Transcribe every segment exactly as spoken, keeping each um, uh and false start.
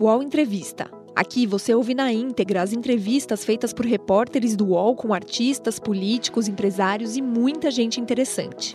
U O L Entrevista. Aqui você ouve na íntegra as entrevistas feitas por repórteres do U O L com artistas, políticos, empresários e muita gente interessante.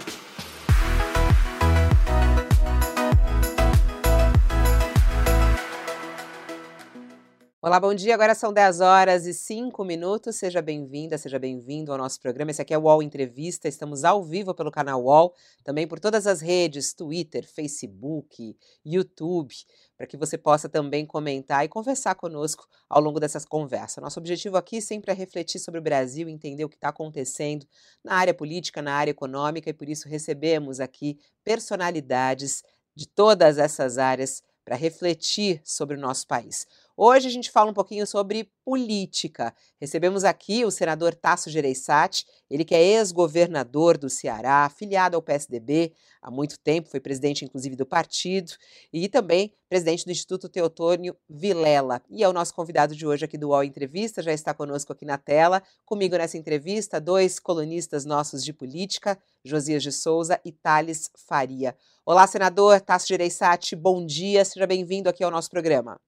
Olá, bom dia. Agora são dez horas e cinco minutos. Seja bem-vinda, seja bem-vindo ao nosso programa. Esse aqui é o U O L Entrevista. Estamos ao vivo pelo canal U O L, também por todas as redes, Twitter, Facebook, YouTube, para que você possa também comentar e conversar conosco ao longo dessas conversas. Nosso objetivo aqui sempre é refletir sobre o Brasil, entender o que está acontecendo na área política, na área econômica, e por isso recebemos aqui personalidades de todas essas áreas para refletir sobre o nosso país. Hoje a gente fala um pouquinho sobre política. Recebemos aqui o senador Tasso Gereissati, ele que é ex-governador do Ceará, afiliado ao P S D B há muito tempo, foi presidente inclusive do partido e também presidente do Instituto Teotônio Vilela. E é o nosso convidado de hoje aqui do U O L Entrevista, já está conosco aqui na tela. Comigo nessa entrevista, dois colunistas nossos de política, Josias de Souza e Thales Faria. Olá, senador Tasso Gereissati, bom dia, seja bem-vindo aqui ao nosso programa.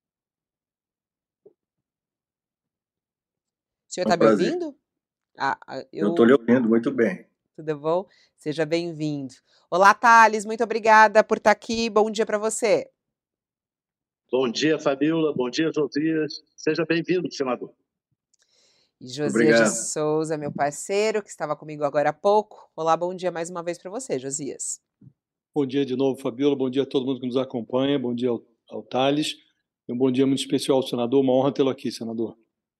O senhor está me ouvindo? Ah, eu estou lhe ouvindo muito bem. Tudo bom? Seja bem-vindo. Olá, Thales, muito obrigada por estar aqui. Bom dia para você. Bom dia, Fabíola. Bom dia, Josias. Seja bem-vindo, senador. E Josias de Souza, meu parceiro, que estava comigo agora há pouco. Olá, bom dia mais uma vez para você, Josias. Bom dia de novo, Fabíola. Bom dia a todo mundo que nos acompanha. Bom dia ao, ao Thales. E um bom dia muito especial ao senador. Uma honra tê-lo aqui, senador.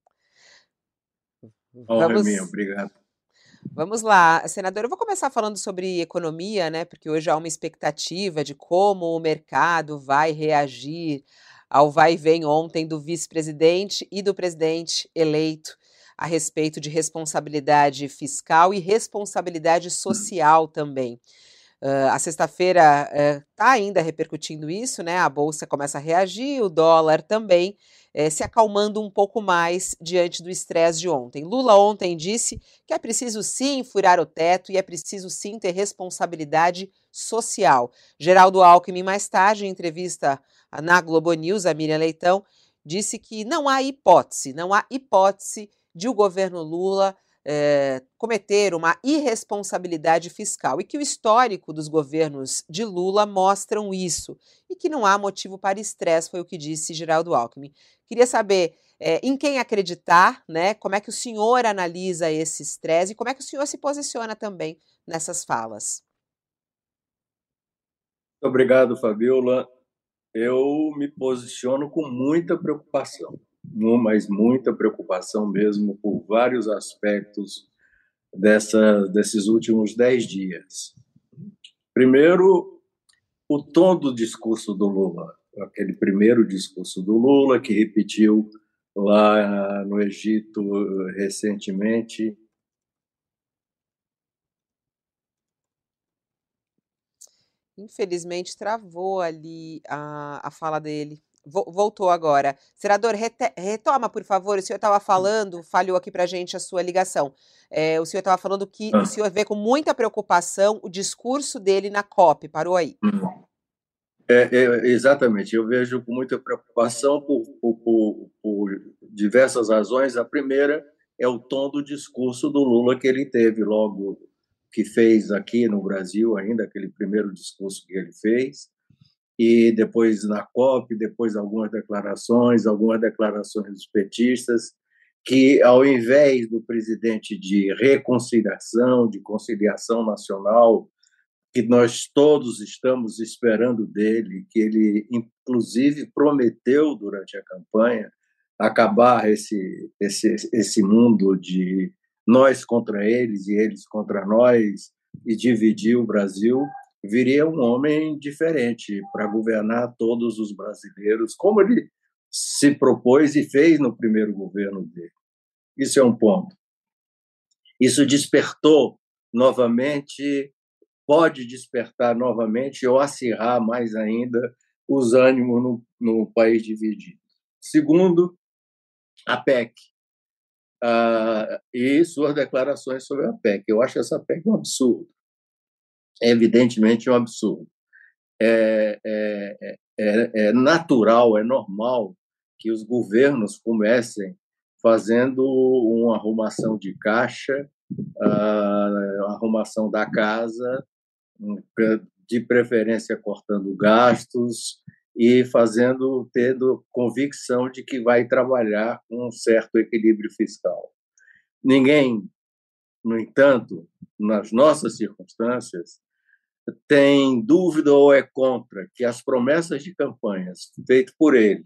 Vamos, minha, obrigado. Vamos lá, senador, eu vou começar falando sobre economia, né, porque hoje há uma expectativa de como o mercado vai reagir ao vai e vem ontem do vice-presidente e do presidente eleito a respeito de responsabilidade fiscal e responsabilidade social também. Uh, a sexta-feira está uh, ainda repercutindo isso, né? A Bolsa começa a reagir, o dólar também, eh, se acalmando um pouco mais diante do estresse de ontem. Lula ontem disse que é preciso sim furar o teto e é preciso sim ter responsabilidade social. Geraldo Alckmin, mais tarde, em entrevista na Globo News, a Miriam Leitão, disse que não há hipótese, não há hipótese de o governo Lula É, cometer uma irresponsabilidade fiscal e que o histórico dos governos de Lula mostram isso e que não há motivo para estresse, foi o que disse Geraldo Alckmin. Queria saber é, em quem acreditar, né? Como é que o senhor analisa esse estresse e como é que o senhor se posiciona também nessas falas. Obrigado, Fabíola. Eu me posiciono com muita preocupação. Mas muita preocupação mesmo por vários aspectos dessa, desses últimos dez dias. Primeiro, o tom do discurso do Lula, aquele primeiro discurso do Lula que repetiu lá no Egito recentemente. Infelizmente, travou ali a, a fala dele. Voltou agora. Senador, rete, retoma, por favor. O senhor estava falando, falhou aqui para a gente a sua ligação. É, o senhor estava falando que ah. o senhor vê com muita preocupação o discurso dele na COP. Parou aí. É, é, exatamente. Eu vejo com muita preocupação por, por, por, por diversas razões. A primeira é o tom do discurso do Lula que ele teve logo que fez aqui no Brasil, ainda aquele primeiro discurso que ele fez. E depois na COP, depois algumas declarações, algumas declarações dos petistas, que ao invés do presidente de reconciliação, de conciliação nacional, que nós todos estamos esperando dele, que ele inclusive prometeu durante a campanha acabar esse, esse, esse mundo de nós contra eles e eles contra nós e dividir o Brasil, viria um homem diferente para governar todos os brasileiros, como ele se propôs e fez no primeiro governo dele. Isso é um ponto. Isso despertou novamente, pode despertar novamente ou acirrar mais ainda os ânimos no, no país dividido. Segundo, a P E C ah, e suas declarações sobre a P E C. Eu acho essa P E C um absurdo. É evidentemente um absurdo. é, é, é, é natural, é normal que os governos comecem fazendo uma arrumação de caixa, a arrumação da casa, de preferência cortando gastos e fazendo, tendo convicção de que vai trabalhar com um certo equilíbrio fiscal. Ninguém, no entanto, nas nossas circunstâncias, tem dúvida ou é contra que as promessas de campanhas feitas por ele,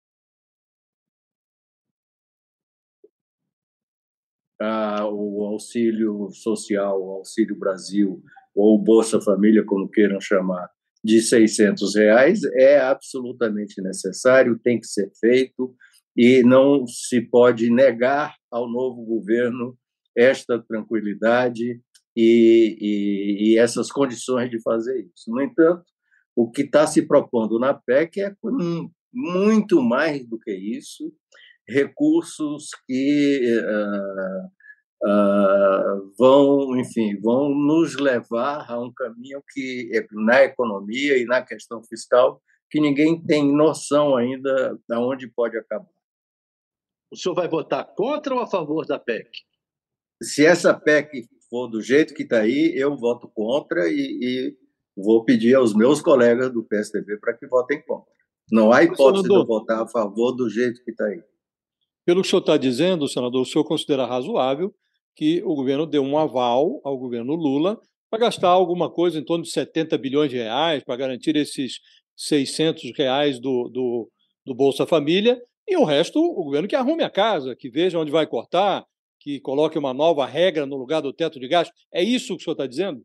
ah, o auxílio social, o Auxílio Brasil, ou o Bolsa Família, como queiram chamar, de seiscentos reais, é absolutamente necessário, tem que ser feito, e não se pode negar ao novo governo esta tranquilidade e, e, e essas condições de fazer isso. No entanto, o que está se propondo na P E C é muito mais do que isso, recursos que uh, uh, vão, enfim, vão nos levar a um caminho que, na economia e na questão fiscal, que ninguém tem noção ainda de onde pode acabar. O senhor vai votar contra ou a favor da P E C? Se essa P E C for do jeito que está aí, eu voto contra e, e vou pedir aos meus colegas do P S D B para que votem contra. Não há hipótese senador, de eu votar a favor do jeito que está aí. Pelo que o senhor está dizendo, senador, o senhor considera razoável que o governo dê um aval ao governo Lula para gastar alguma coisa em torno de setenta bilhões de reais para garantir esses seiscentos reais do, do, do Bolsa Família, e o resto, o governo que arrume a casa, que veja onde vai cortar, que coloque uma nova regra no lugar do teto de gasto. É isso que o senhor está dizendo?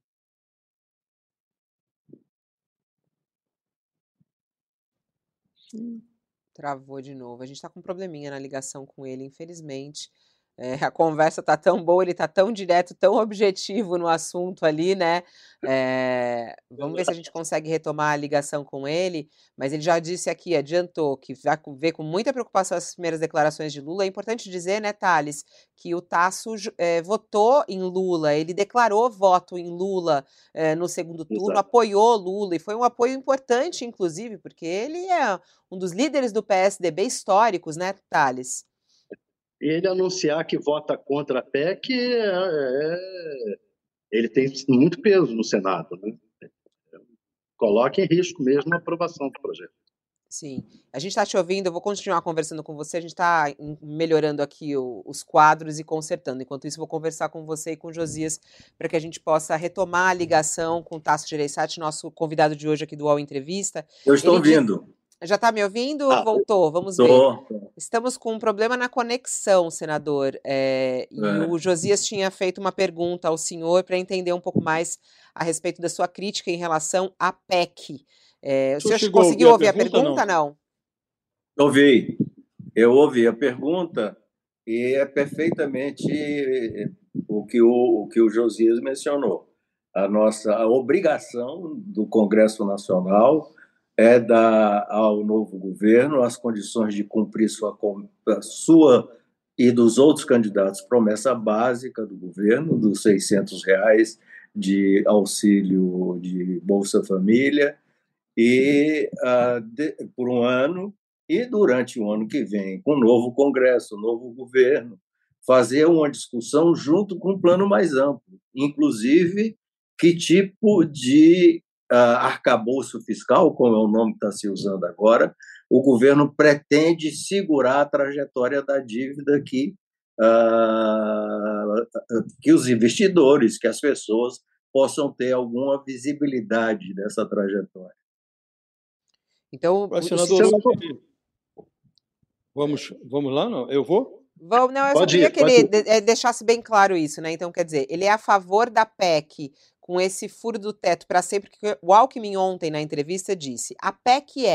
Travou de novo. A gente está com um probleminha na ligação com ele, infelizmente. É, a conversa tá tão boa, ele tá tão direto, tão objetivo no assunto ali, né? É, vamos ver se a gente consegue retomar a ligação com ele, mas ele já disse aqui, adiantou, que vai ver com muita preocupação essas primeiras declarações de Lula. É importante dizer, né, Thales, que o Tasso é, votou em Lula, ele declarou voto em Lula é, no segundo turno, Exato. Apoiou Lula, e foi um apoio importante, inclusive, porque ele é um dos líderes do P S D B históricos, né, Thales? E ele anunciar que vota contra a P E C, é, é, ele tem muito peso no Senado, né? Coloca em risco mesmo a aprovação do projeto. Sim. A gente está te ouvindo, eu vou continuar conversando com você, a gente está melhorando aqui o, os quadros e consertando. Enquanto isso, vou conversar com você e com o Josias para que a gente possa retomar a ligação com o Tasso Gereissati, nosso convidado de hoje aqui do U O L Entrevista. Eu estou Ele ouvindo. Diz... Já está me ouvindo? Ah, Voltou, vamos tô. ver. Estamos com um problema na conexão, senador. É, e é. o Josias tinha feito uma pergunta ao senhor para entender um pouco mais a respeito da sua crítica em relação à P E C. É, o senhor, senhor conseguiu ouvir a pergunta, a pergunta não? não? Ouvi. Eu ouvi a pergunta e é perfeitamente o que o, o, que o Josias mencionou. A nossa a obrigação do Congresso Nacional é dar ao novo governo as condições de cumprir sua, sua e dos outros candidatos promessa básica do governo, dos seiscentos reais de auxílio de Bolsa Família, e uh, de, por um ano, e durante o ano que vem, com o novo Congresso, o novo governo, fazer uma discussão junto com um plano mais amplo, inclusive que tipo de Uh, arcabouço fiscal, como é o nome que está se usando agora, o governo pretende segurar a trajetória da dívida que, uh, que os investidores, que as pessoas possam ter alguma visibilidade dessa trajetória. Então, o senador, vamos, vamos lá, não? Eu vou? Vamos, não, eu pode só queria ir, que ele de, deixasse bem claro isso, né? Então, quer dizer, ele é a favor da P E C com esse furo do teto para sempre, porque o Alckmin ontem na entrevista disse, a P E C é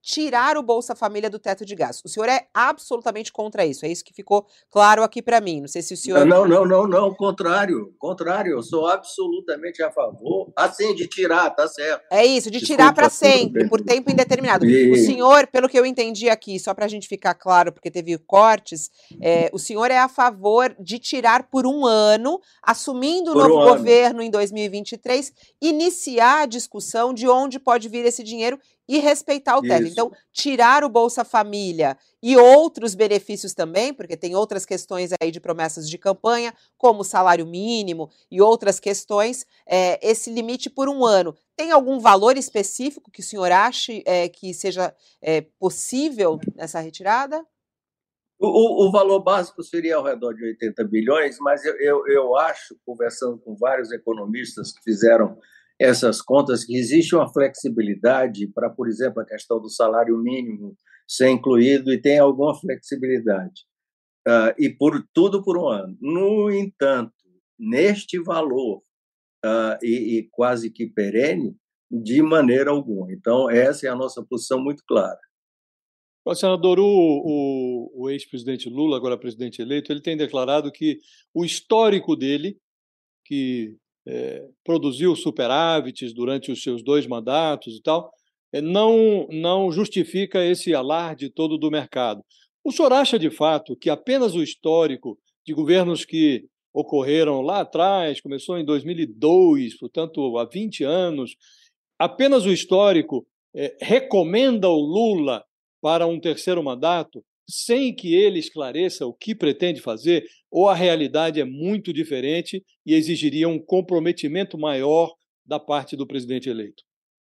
tirar o Bolsa Família do teto de gastos. O senhor é absolutamente contra isso, é isso que ficou claro aqui para mim. Não sei se o senhor... Não, não, não, não, contrário, contrário, eu sou absolutamente a favor, assim, de tirar, tá certo. É isso, de tirar para sempre, por tempo indeterminado. E... O senhor, pelo que eu entendi aqui, só para a gente ficar claro, porque teve cortes, é, o senhor é a favor de tirar por um ano, assumindo o novo um governo em dois mil e vinte e três, iniciar a discussão de onde pode vir esse dinheiro e respeitar o teto. Isso. Então, tirar o Bolsa Família e outros benefícios também, porque tem outras questões aí de promessas de campanha, como o salário mínimo e outras questões, é, esse limite por um ano. Tem algum valor específico que o senhor ache é, que seja é, possível nessa retirada? O, o valor básico seria ao redor de oitenta bilhões, mas eu, eu, eu acho, conversando com vários economistas que fizeram essas contas, que existe uma flexibilidade para, por exemplo, a questão do salário mínimo ser incluído, e tem alguma flexibilidade. Uh, e por tudo por um ano. No entanto, neste valor, uh, e, e quase que perene, de maneira alguma. Então, essa é a nossa posição muito clara. O senador, o, o, o ex-presidente Lula, agora presidente eleito, ele tem declarado que o histórico dele, que é, produziu superávites durante os seus dois mandatos e tal, é, não, não justifica esse alarde todo do mercado. O senhor acha, de fato, que apenas o histórico de governos que ocorreram lá atrás, começou em dois mil e dois, portanto, há vinte anos, apenas o histórico é, recomenda o Lula para um terceiro mandato, sem que ele esclareça o que pretende fazer, ou a realidade é muito diferente e exigiria um comprometimento maior da parte do presidente eleito?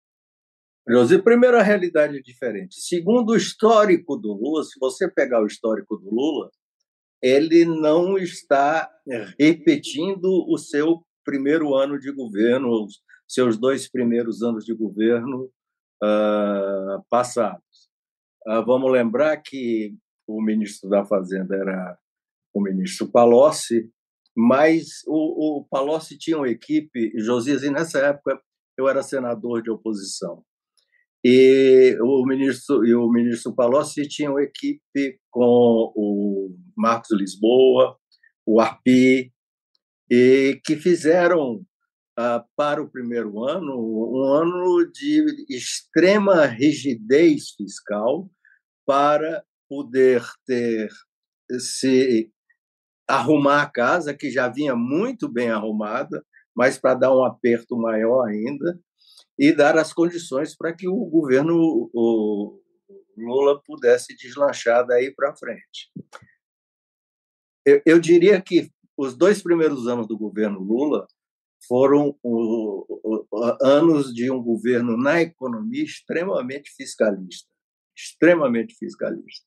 José, primeiro, a realidade é diferente. Segundo o histórico do Lula, se você pegar o histórico do Lula, ele não está repetindo o seu primeiro ano de governo, os seus dois primeiros anos de governo uh, passados. Uh, vamos lembrar que o ministro da Fazenda era o ministro Palocci, mas o, o Palocci tinha uma equipe, Josias, e nessa época eu era senador de oposição, e o ministro, e o ministro Palocci tinha uma equipe com o Marcos Lisboa, o Arpi, e que fizeram, uh, para o primeiro ano, um ano de extrema rigidez fiscal para poder ter se arrumar a casa, que já vinha muito bem arrumada, mas para dar um aperto maior ainda e dar as condições para que o governo o Lula pudesse deslanchar daí para frente. Eu, eu diria que os dois primeiros anos do governo Lula foram o, o, o, anos de um governo na economia extremamente fiscalista, extremamente fiscalista.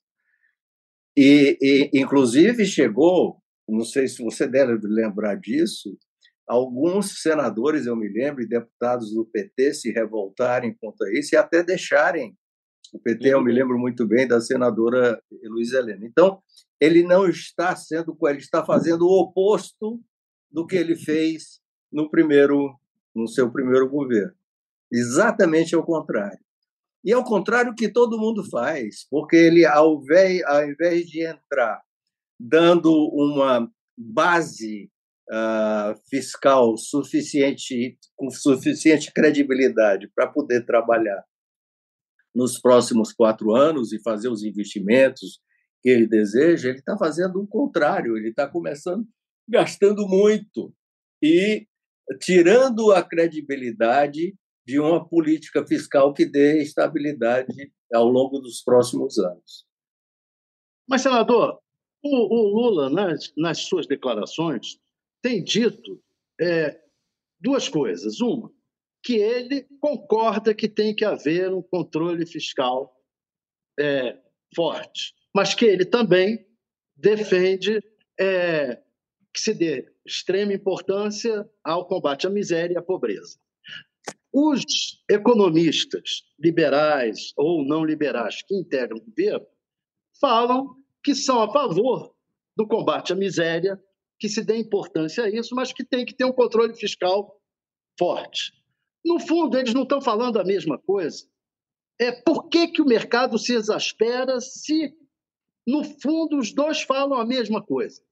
E, e, inclusive, chegou, não sei se você deve lembrar disso, alguns senadores, eu me lembro, e deputados do P T se revoltarem contra isso e até deixarem o P T, eu me lembro muito bem da senadora Luísa Helena. Então, ele não está sendo, ele está fazendo o oposto do que ele fez no primeiro, no seu primeiro governo. Exatamente ao contrário. E ao contrário que todo mundo faz, porque ele, ao invés, ao invés de entrar dando uma base uh, fiscal suficiente, com suficiente credibilidade para poder trabalhar nos próximos quatro anos e fazer os investimentos que ele deseja, ele está fazendo o contrário, ele está começando gastando muito e tirando a credibilidade de uma política fiscal que dê estabilidade ao longo dos próximos anos. Mas, senador, o, o Lula, nas, nas suas declarações, tem dito é, duas coisas. Uma, que ele concorda que tem que haver um controle fiscal é, forte, mas que ele também defende é, que se dê extrema importância ao combate à miséria e à pobreza. Os economistas liberais ou não liberais que integram o governo falam que são a favor do combate à miséria, que se dê importância a isso, mas que tem que ter um controle fiscal forte. No fundo, eles não estão falando a mesma coisa. É, por que, que o mercado se exaspera se, no fundo, os dois falam a mesma coisa?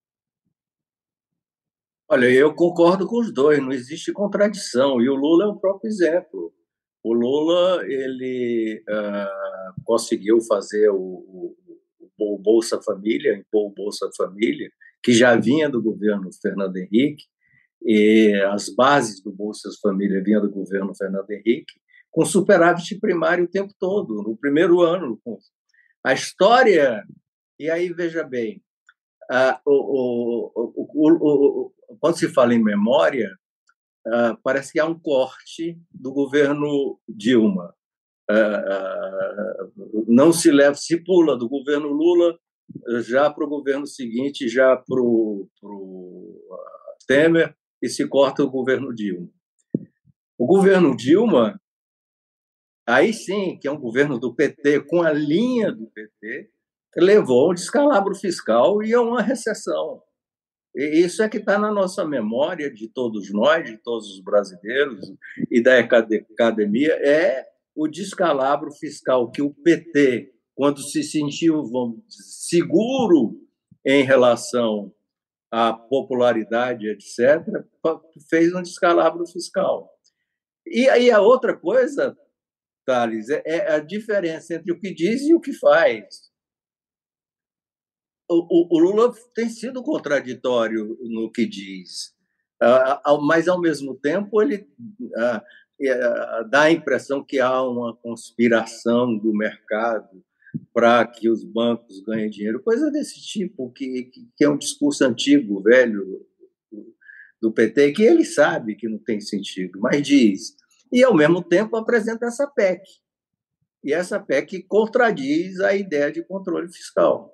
Olha, eu concordo com os dois, não existe contradição, e o Lula é o próprio exemplo. O Lula ele ah, conseguiu fazer o, o, o Bolsa Família, impor o Bolsa Família, que já vinha do governo Fernando Henrique, e as bases do Bolsa Família vinham do governo Fernando Henrique, com superávit primário o tempo todo, no primeiro ano. A história... E aí, veja bem, ah, o, o, o, o, o, quando se fala em memória, ah, parece que há um corte do governo Dilma. Ah, não se leva, se pula do governo Lula já para o governo seguinte, já para o Temer, e se corta o governo Dilma. O governo Dilma, aí sim, que é um governo do P T, com a linha do P T, levou a um descalabro fiscal e a uma recessão. E isso é que está na nossa memória de todos nós, de todos os brasileiros e da academia, é o descalabro fiscal que o P T, quando se sentiu vamos dizer, seguro em relação à popularidade, etcétera, fez um descalabro fiscal. E aí a outra coisa, Thales, é a diferença entre o que diz e o que faz. O, o, o Lula tem sido contraditório no que diz, uh, mas, ao mesmo tempo, ele uh, uh, dá a impressão que há uma conspiração do mercado para que os bancos ganhem dinheiro, coisa desse tipo, que, que é um discurso antigo, velho, do P T, que ele sabe que não tem sentido, mas diz. E, ao mesmo tempo, apresenta essa P E C. E essa P E C contradiz a ideia de controle fiscal.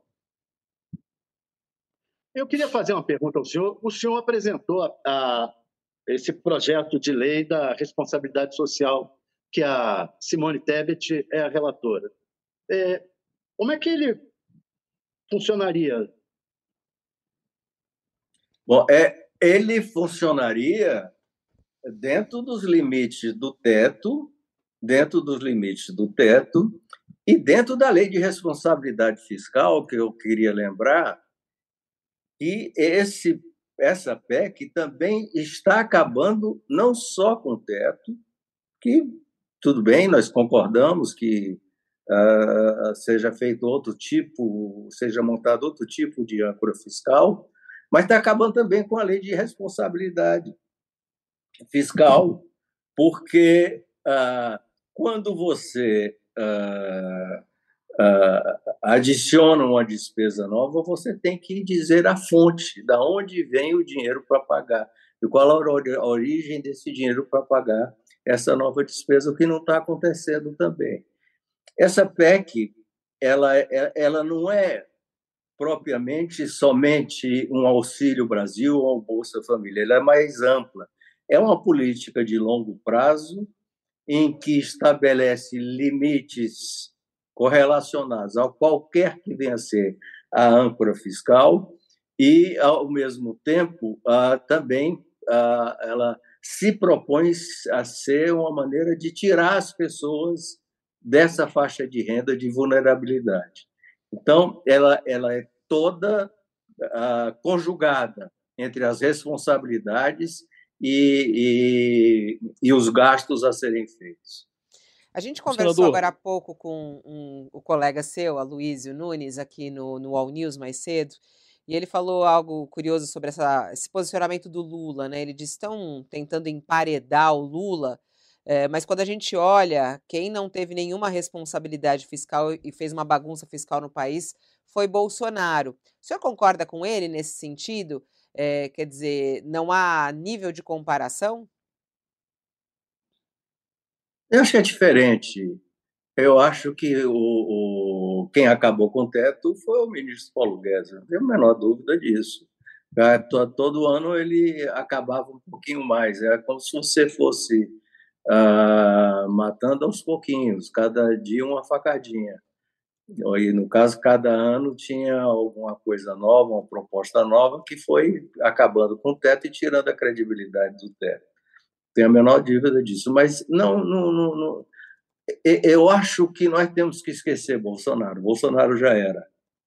Eu queria fazer uma pergunta ao senhor. O senhor apresentou a, a, esse projeto de lei da responsabilidade social, que a Simone Tebet é a relatora. É, como é que ele funcionaria? Bom, é, ele funcionaria dentro dos limites do teto, dentro dos limites do teto e dentro da lei de responsabilidade fiscal, que eu queria lembrar, e esse, essa P E C também está acabando não só com o teto, que, tudo bem, nós concordamos que uh, seja feito outro tipo, seja montado outro tipo de âncora fiscal, mas está acabando também com a lei de responsabilidade fiscal, porque uh, quando você uh, uh, adiciona uma despesa nova, você tem que dizer a fonte, da onde vem o dinheiro para pagar, e qual a origem desse dinheiro para pagar essa nova despesa, o que não está acontecendo também. Essa P E C, ela, ela não é propriamente somente um Auxílio Brasil ou um Bolsa Família, ela é mais ampla. É uma política de longo prazo em que estabelece limites correlacionados a qualquer que venha a ser a âncora fiscal e, ao mesmo tempo, a, também a, ela se propõe a ser uma maneira de tirar as pessoas dessa faixa de renda de vulnerabilidade. Então, ela, ela é toda a, conjugada entre as responsabilidades e, e, e os gastos a serem feitos. A gente conversou Senador. agora há pouco com um, o colega seu, Aloysio Nunes, aqui no, no All News mais cedo, e ele falou algo curioso sobre essa, esse posicionamento do Lula, né? Ele disse que estão tentando emparedar o Lula, é, mas quando a gente olha, quem não teve nenhuma responsabilidade fiscal e fez uma bagunça fiscal no país foi Bolsonaro. O senhor concorda com ele nesse sentido? É, quer dizer, não há nível de comparação? Eu acho que é diferente. Eu acho que o, o, quem acabou com o teto foi o ministro Paulo Guedes, não tenho a menor dúvida disso. Todo ano ele acabava um pouquinho mais, é como se você fosse ah, matando aos pouquinhos, cada dia uma facadinha. E, no caso, cada ano tinha alguma coisa nova, uma proposta nova, que foi acabando com o teto e tirando a credibilidade do teto. Tenho a menor dúvida disso, mas não, não, não, não eu acho que nós temos que esquecer Bolsonaro. Bolsonaro já era.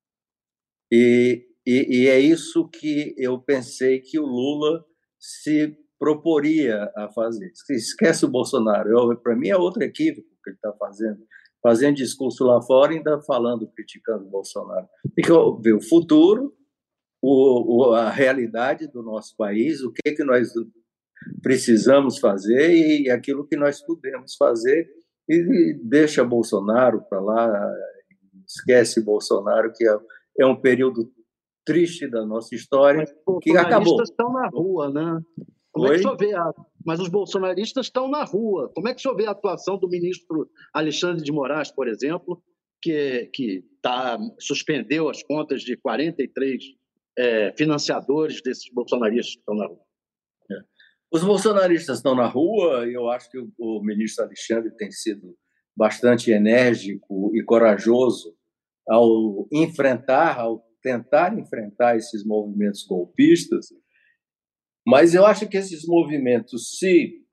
E, e, e é isso que eu pensei que o Lula se proporia a fazer. Esquece o Bolsonaro. Para mim é outro equívoco que ele está fazendo. Fazendo discurso lá fora e ainda falando, criticando o Bolsonaro. Tem que ver o futuro, o, o, a realidade do nosso país, o que, que nós precisamos fazer e aquilo que nós podemos fazer, e deixa Bolsonaro para lá, esquece Bolsonaro, que é, é um período triste da nossa história, Mas que acabou. Os bolsonaristas estão na rua, né? Como Oi? é que o senhor vê a... Mas os bolsonaristas estão na rua. Como é que o senhor vê a atuação do ministro Alexandre de Moraes, por exemplo, que, que tá, suspendeu as contas de quarenta e três é, financiadores desses bolsonaristas que estão na rua? É. Os bolsonaristas estão na rua, e eu acho que o, o ministro Alexandre tem sido bastante enérgico e corajoso ao enfrentar, ao tentar enfrentar esses movimentos golpistas, mas eu acho que esses movimentos, se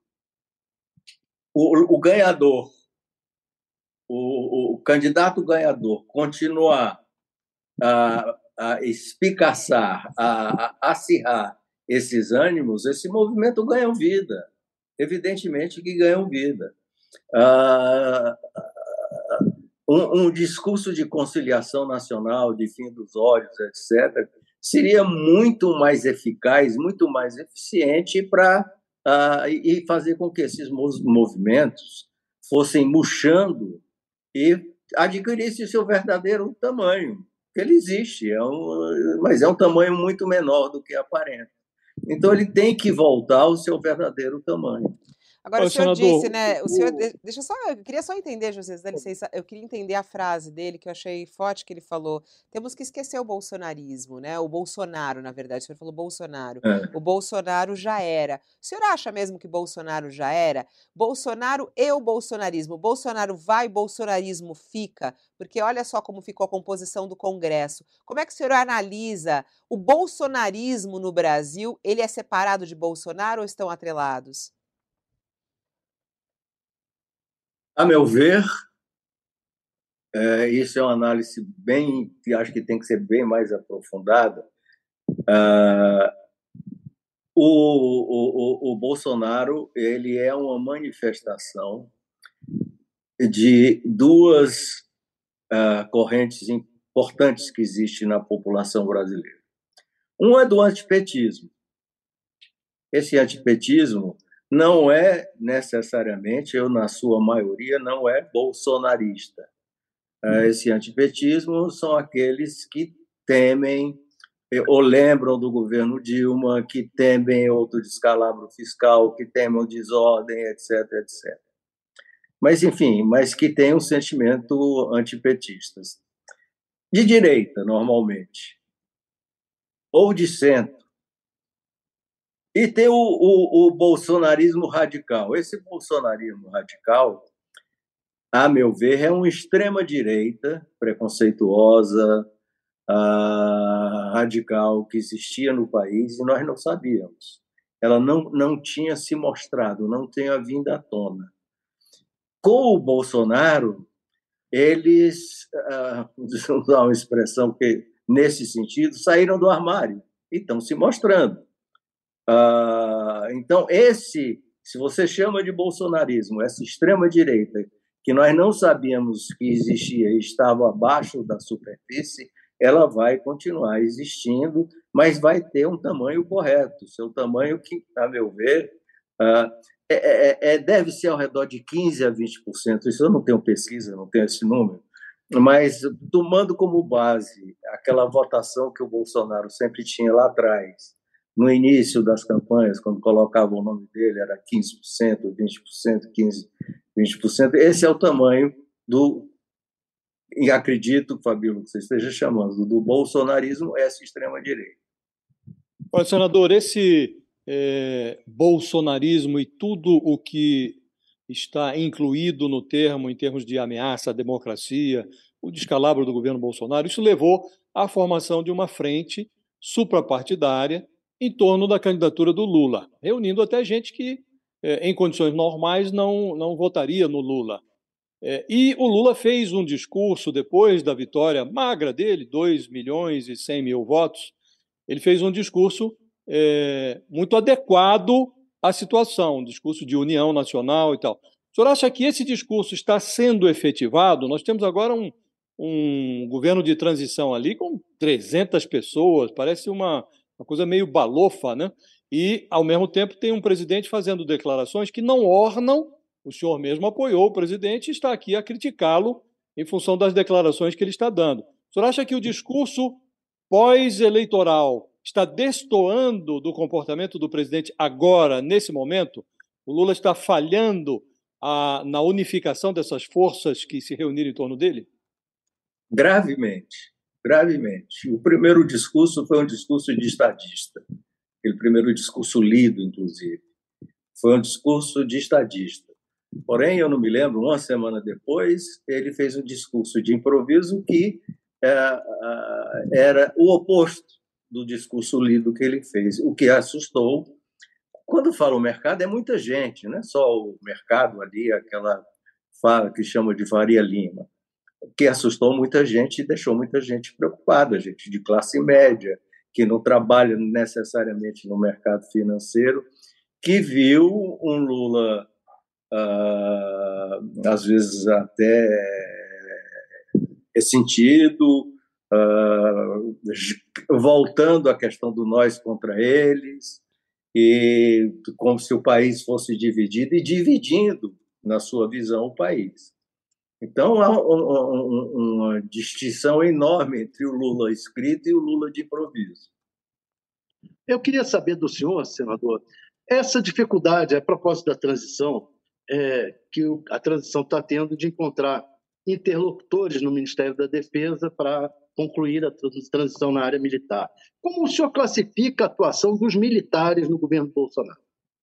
o, o ganhador, o, o candidato ganhador continuar a, a espicaçar, a, a acirrar esses ânimos, esse movimento ganha vida. Evidentemente que ganham vida. Ah, um, um discurso de conciliação nacional, de fim dos ódios, etcétera, seria muito mais eficaz, muito mais eficiente para uh, e fazer com que esses movimentos fossem murchando e adquirissem seu verdadeiro tamanho. Ele existe, é um, mas é um tamanho muito menor do que aparenta. Então, ele tem que voltar ao seu verdadeiro tamanho. Agora, Ô, o senhor senador, disse, né? O senhor, deixa eu só, eu queria só entender, José, dá licença, eu queria entender a frase dele, que eu achei forte, que ele falou: temos que esquecer o bolsonarismo, né? O Bolsonaro, na verdade, o senhor falou Bolsonaro. É. O Bolsonaro já era. O senhor acha mesmo que Bolsonaro já era? Bolsonaro e o bolsonarismo. Bolsonaro vai, bolsonarismo fica? Porque olha só como ficou a composição do Congresso. Como é que o senhor analisa o bolsonarismo no Brasil? Ele é separado de Bolsonaro ou estão atrelados? A meu ver, é, isso é uma análise bem, que acho que tem que ser bem mais aprofundada. Ah, o, o, o Bolsonaro, ele é uma manifestação de duas ah, correntes importantes que existem na população brasileira. Um é do antipetismo. Esse antipetismo não é necessariamente, ou na sua maioria, não é bolsonarista. Esse antipetismo são aqueles que temem ou lembram do governo Dilma, que temem outro descalabro fiscal, que temem desordem, etc, etcétera. Mas, enfim, mas que têm um sentimento antipetistas. De direita, normalmente, ou de centro. E tem o, o, o bolsonarismo radical. Esse bolsonarismo radical, a meu ver, é uma extrema-direita preconceituosa, uh, radical, que existia no país e nós não sabíamos. Ela não, não tinha se mostrado, não tinha vindo à tona. Com o Bolsonaro, eles, uh, vou usar uma expressão que, nesse sentido, saíram do armário e estão se mostrando. Uh, então, esse, se você chama de bolsonarismo, essa extrema-direita, que nós não sabíamos que existia e estava abaixo da superfície, ela vai continuar existindo, mas vai ter um tamanho correto. Seu tamanho que, a meu ver, uh, é, é, é, deve ser ao redor de quinze a vinte por cento. Isso eu não tenho pesquisa, não tenho esse número, mas tomando como base aquela votação que o Bolsonaro sempre tinha lá atrás, no início das campanhas, quando colocavam o nome dele, era quinze por cento, vinte por cento, quinze por cento, vinte por cento. Esse é o tamanho do, e acredito, Fabíola, que você esteja chamando, do bolsonarismo, essa extrema-direita. Olha, senador, esse é, bolsonarismo e tudo o que está incluído no termo, em termos de ameaça à democracia, o descalabro do governo Bolsonaro, isso levou à formação de uma frente suprapartidária em torno da candidatura do Lula, reunindo até gente que, em condições normais, não, não votaria no Lula. É, e o Lula fez um discurso depois da vitória magra dele, dois milhões e cem mil votos, ele fez um discurso é, muito adequado à situação, um discurso de união nacional e tal. O senhor acha que esse discurso está sendo efetivado? Nós temos agora um, um governo de transição ali com trezentas pessoas, parece uma, uma coisa meio balofa, né? E, ao mesmo tempo, tem um presidente fazendo declarações que não ornam. O senhor mesmo apoiou o presidente e está aqui a criticá-lo em função das declarações que ele está dando. O senhor acha que o discurso pós-eleitoral está destoando do comportamento do presidente agora, nesse momento? O Lula está falhando a, na unificação dessas forças que se reuniram em torno dele? Gravemente, gravemente. O primeiro discurso foi um discurso de estadista. Aquele primeiro discurso lido, inclusive. Foi um discurso de estadista. Porém, eu não me lembro, uma semana depois, ele fez um discurso de improviso que é, era o oposto do discurso lido que ele fez, o que assustou. Quando fala o mercado, é muita gente, não é só o mercado ali, aquela fala que chama de Faria Lima, que assustou muita gente e deixou muita gente preocupada, gente de classe média, que não trabalha necessariamente no mercado financeiro, que viu um Lula, uh, às vezes até ressentido, uh, voltando à questão do nós contra eles, e como se o país fosse dividido e dividindo, na sua visão, o país. Então, há uma distinção enorme entre o Lula escrito e o Lula de improviso. Eu queria saber do senhor, senador, essa dificuldade, a propósito da transição, é, que a transição está tendo de encontrar interlocutores no Ministério da Defesa para concluir a transição na área militar. Como o senhor classifica a atuação dos militares no governo Bolsonaro?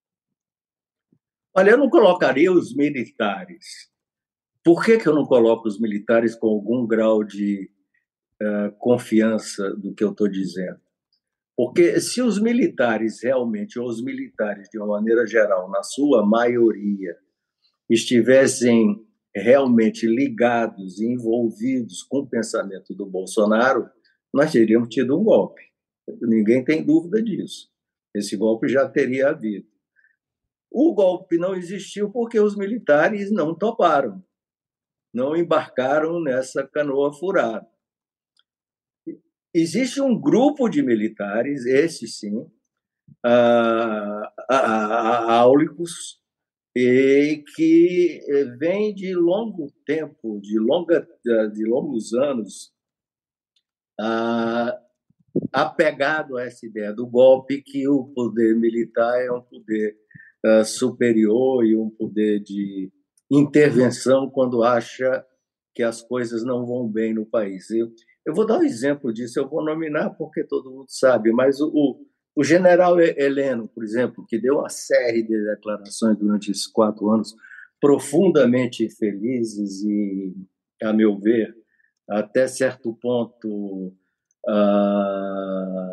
Olha, eu não colocaria os militares. Por que, que eu não coloco os militares com algum grau de uh, confiança do que eu estou dizendo? Porque se os militares realmente, ou os militares de uma maneira geral, na sua maioria, estivessem realmente ligados e envolvidos com o pensamento do Bolsonaro, nós teríamos tido um golpe. Ninguém tem dúvida disso. Esse golpe já teria havido. O golpe não existiu porque os militares não toparam, não embarcaram nessa canoa furada. Existe um grupo de militares, esse sim, áulicos, e que vem de longo tempo, de, longa, de longos anos, apegado a essa ideia do golpe, que o poder militar é um poder superior e um poder de intervenção quando acha que as coisas não vão bem no país. Eu, eu vou dar um exemplo disso, eu vou nominar porque todo mundo sabe, mas o, o general Heleno, por exemplo, que deu uma série de declarações durante esses quatro anos profundamente infelizes e, a meu ver, até certo ponto, ah,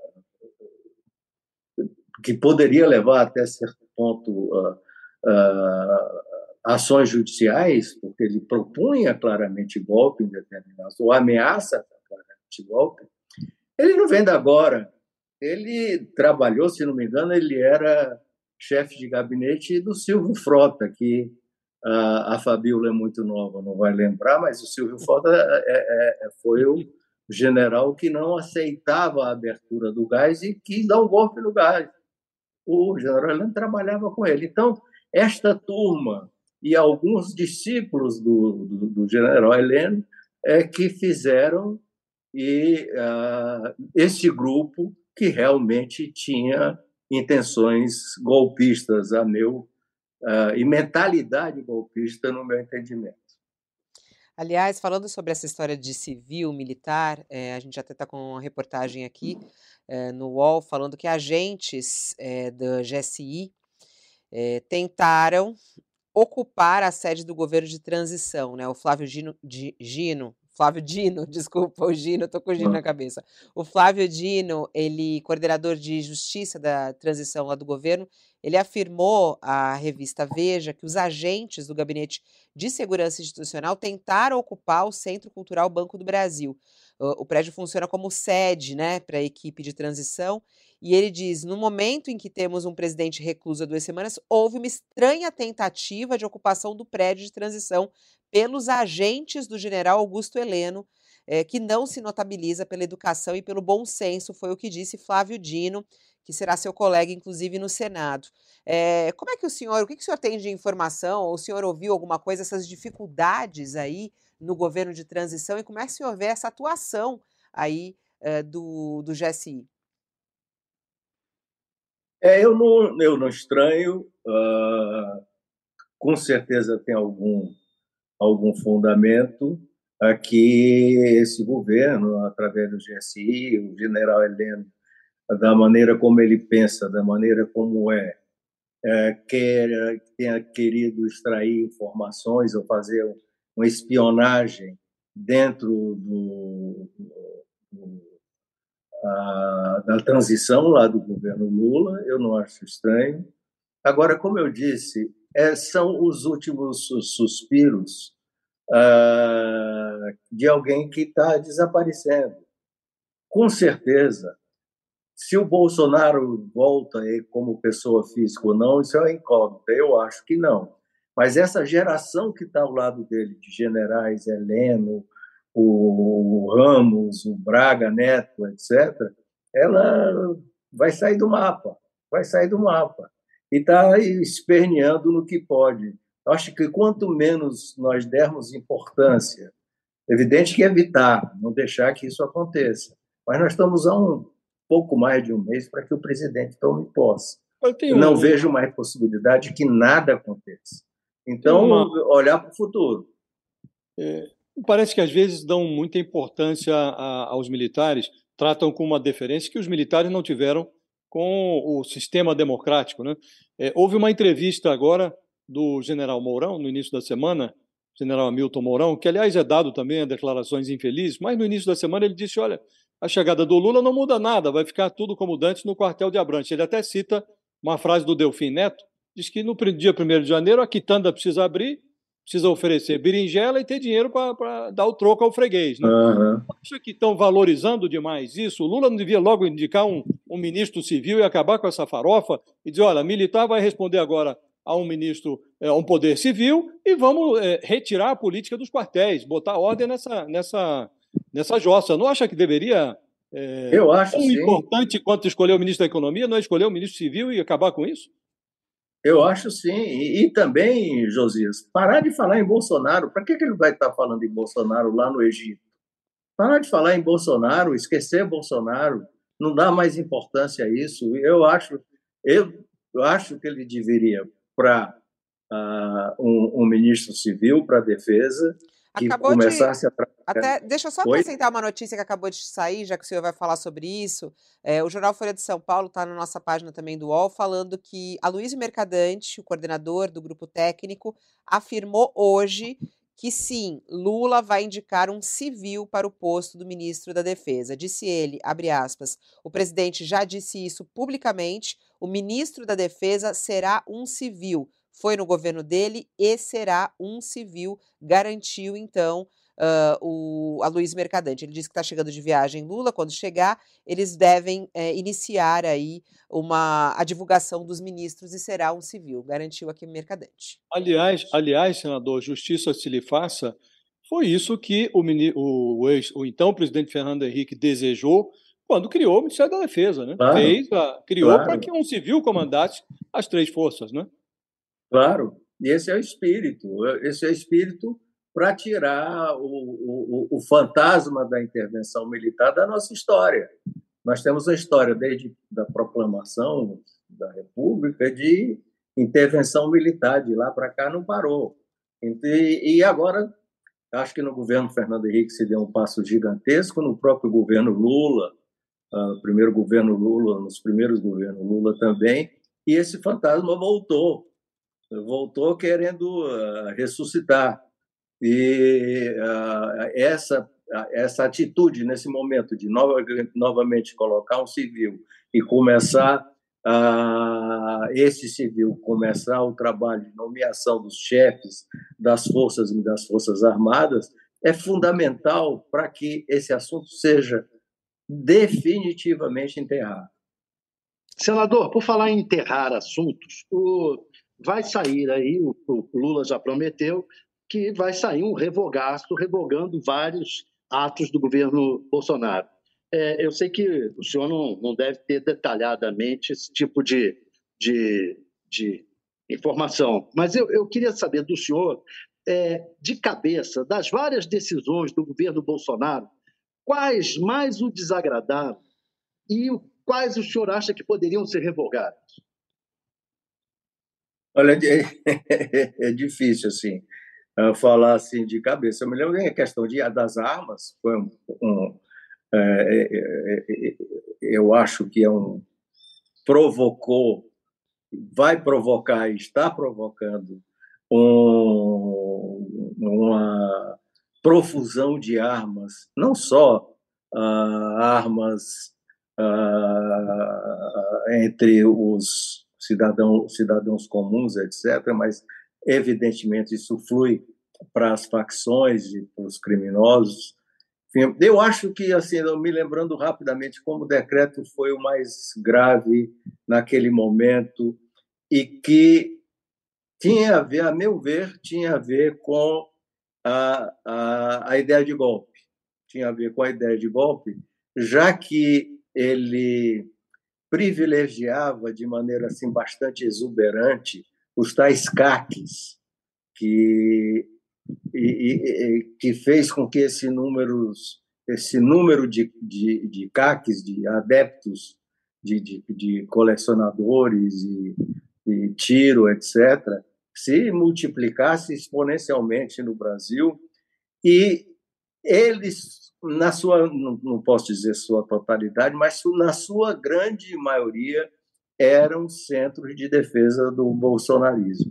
que poderia levar até certo ponto ah, ah, ações judiciais, porque ele propunha claramente golpe em determinados, ou ameaça claramente golpe. Ele não vem da agora. Ele trabalhou, se não me engano, ele era chefe de gabinete do Silvio Frota, que a, a Fabíola é muito nova, não vai lembrar, mas o Silvio Frota é, é, foi o general que não aceitava a abertura do gás e quis dar um golpe no gás. O general Heleno trabalhava com ele. Então, esta turma e alguns discípulos do, do, do general Heleno é que fizeram e uh, esse grupo que realmente tinha intenções golpistas, a meu, uh, e mentalidade golpista, no meu entendimento. Aliás, falando sobre essa história de civil, militar, é, a gente até está com uma reportagem aqui é, no U O L falando que agentes é, do G S I é, tentaram ocupar a sede do governo de transição, né? O Flávio Gino, Gino Flávio Dino, desculpa, o Gino, estou com o Gino na cabeça. O Flávio Dino, ele, coordenador de Justiça da transição lá do governo, ele afirmou à revista Veja que os agentes do Gabinete de Segurança Institucional tentaram ocupar o Centro Cultural Banco do Brasil. O, o prédio funciona como sede, né, para a equipe de transição, e ele diz, no momento em que temos um presidente recluso há duas semanas, houve uma estranha tentativa de ocupação do prédio de transição pelos agentes do general Augusto Heleno, eh, que não se notabiliza pela educação e pelo bom senso, foi o que disse Flávio Dino, que será seu colega, inclusive, no Senado. Eh, como é que o senhor, o que, que o senhor tem de informação? Ou o senhor ouviu alguma coisa, essas dificuldades aí no governo de transição, e como é que o senhor vê essa atuação aí eh, do, do G S I? É, eu não, eu não estranho, uh, com certeza tem algum algum fundamento a que esse governo, através do G S I, o general Heleno, da maneira como ele pensa, da maneira como é, é quer, tenha querido extrair informações ou fazer uma espionagem dentro do, do, a, da transição lá do governo Lula, eu não acho estranho. Agora, como eu disse, é, são os últimos suspiros uh, de alguém que está desaparecendo. Com certeza, se o Bolsonaro volta aí como pessoa física ou não, isso é uma incógnita. Eu acho que não. Mas essa geração que está ao lado dele, de generais Heleno, o Ramos, o Braga Neto, etcétera, ela vai sair do mapa, vai sair do mapa. E está esperneando no que pode. Eu acho que quanto menos nós dermos importância, evidente que evitar, não deixar que isso aconteça. Mas nós estamos há um pouco mais de um mês para que o presidente tome posse. Eu, eu não um... vejo mais possibilidade que nada aconteça. Então, uma... olhar para o futuro. É, parece que às vezes dão muita importância a, aos militares, tratam com uma deferência que os militares não tiveram com o sistema democrático, né? É, houve uma entrevista agora do general Mourão, no início da semana, general Hamilton Mourão, que, aliás, é dado também a declarações infelizes, mas no início da semana ele disse, olha, a chegada do Lula não muda nada, vai ficar tudo como antes no quartel de Abrantes. Ele até cita uma frase do Delfim Neto, diz que no dia primeiro de janeiro a quitanda precisa abrir, precisa oferecer berinjela e ter dinheiro para dar o troco ao freguês. Né? Uhum. Acho que estão valorizando demais isso. O Lula não devia logo indicar um, um ministro civil e acabar com essa farofa e dizer, olha, militar vai responder agora a um ministro, a um poder civil e vamos é, retirar a política dos quartéis, botar ordem nessa, nessa, nessa jossa. Não acha que deveria, é, Eu acho, tão sim. importante quanto escolher o ministro da Economia, não é escolher o ministro civil e acabar com isso? Eu acho sim. E, e também, Josias, parar de falar em Bolsonaro. Para que, que ele vai estar falando em Bolsonaro lá no Egito? Parar de falar em Bolsonaro, esquecer Bolsonaro, não dá mais importância a isso. Eu acho, eu, eu acho que ele deveria para uh, um, um ministro civil para a defesa que Acabou começasse de... a trabalhar. Até, deixa eu só Oi? acrescentar uma notícia que acabou de sair, já que o senhor vai falar sobre isso. É, o Jornal Folha de São Paulo está na nossa página também do U O L, falando que Aloysio Mercadante, o coordenador do grupo técnico, afirmou hoje que sim, Lula vai indicar um civil para o posto do ministro da Defesa. Disse ele, abre aspas, o presidente já disse isso publicamente, o ministro da Defesa será um civil. Foi no governo dele e será um civil, garantiu então Uh, o Aloysio Mercadante. Ele disse que está chegando de viagem Lula, quando chegar, eles devem é, iniciar aí uma, a divulgação dos ministros e será um civil, garantiu aqui o Mercadante. Aliás, aliás, senador, justiça se lhe faça, foi isso que o, o, o, ex, o então presidente Fernando Henrique desejou quando criou o Ministério da Defesa, né? Claro, Fez a, criou claro. para que um civil comandasse as três forças, né? Claro, e esse é o espírito, esse é o espírito para tirar o, o, o fantasma da intervenção militar da nossa história. Nós temos a história desde a proclamação da República de intervenção militar, de lá para cá não parou. E, e agora, acho que no governo Fernando Henrique se deu um passo gigantesco, no próprio governo Lula, uh, primeiro governo Lula, nos primeiros governos Lula também, e esse fantasma voltou, voltou querendo uh, ressuscitar. E uh, essa, essa atitude, nesse momento, de nova, novamente colocar um civil e começar, uh, esse civil começar o trabalho de nomeação dos chefes das forças e das forças armadas, é fundamental para que esse assunto seja definitivamente enterrado. Senador, por falar em enterrar assuntos, o... vai sair aí, o, o Lula já prometeu, que vai sair um revogaço revogando vários atos do governo Bolsonaro. É, eu sei que o senhor não, não deve ter detalhadamente esse tipo de, de, de informação, mas eu, eu queria saber do senhor, é, de cabeça, das várias decisões do governo Bolsonaro, quais mais o desagradaram e quais o senhor acha que poderiam ser revogados? Olha, é difícil assim falar assim de cabeça. Eu me lembro que a questão de, das armas foi um, um é, é, é, eu acho que é um provocou, vai provocar e está provocando um, uma profusão de armas, não só ah, armas ah, entre os cidadãos, cidadãos comuns, etcétera, mas evidentemente isso flui para as facções e para os criminosos. Enfim, eu acho que, assim, me lembrando rapidamente como o decreto foi o mais grave naquele momento e que tinha a ver, a meu ver, tinha a ver com a, a, a ideia de golpe. Tinha a ver com a ideia de golpe, já que ele privilegiava de maneira assim bastante exuberante os tais caques, que, e, e, que fez com que esse número, esse número de, de, de caques, de adeptos, de, de, de colecionadores e, e tiro, etcétera, se multiplicasse exponencialmente no Brasil. E eles, na sua, não posso dizer sua totalidade, mas na sua grande maioria, eram centros de defesa do bolsonarismo.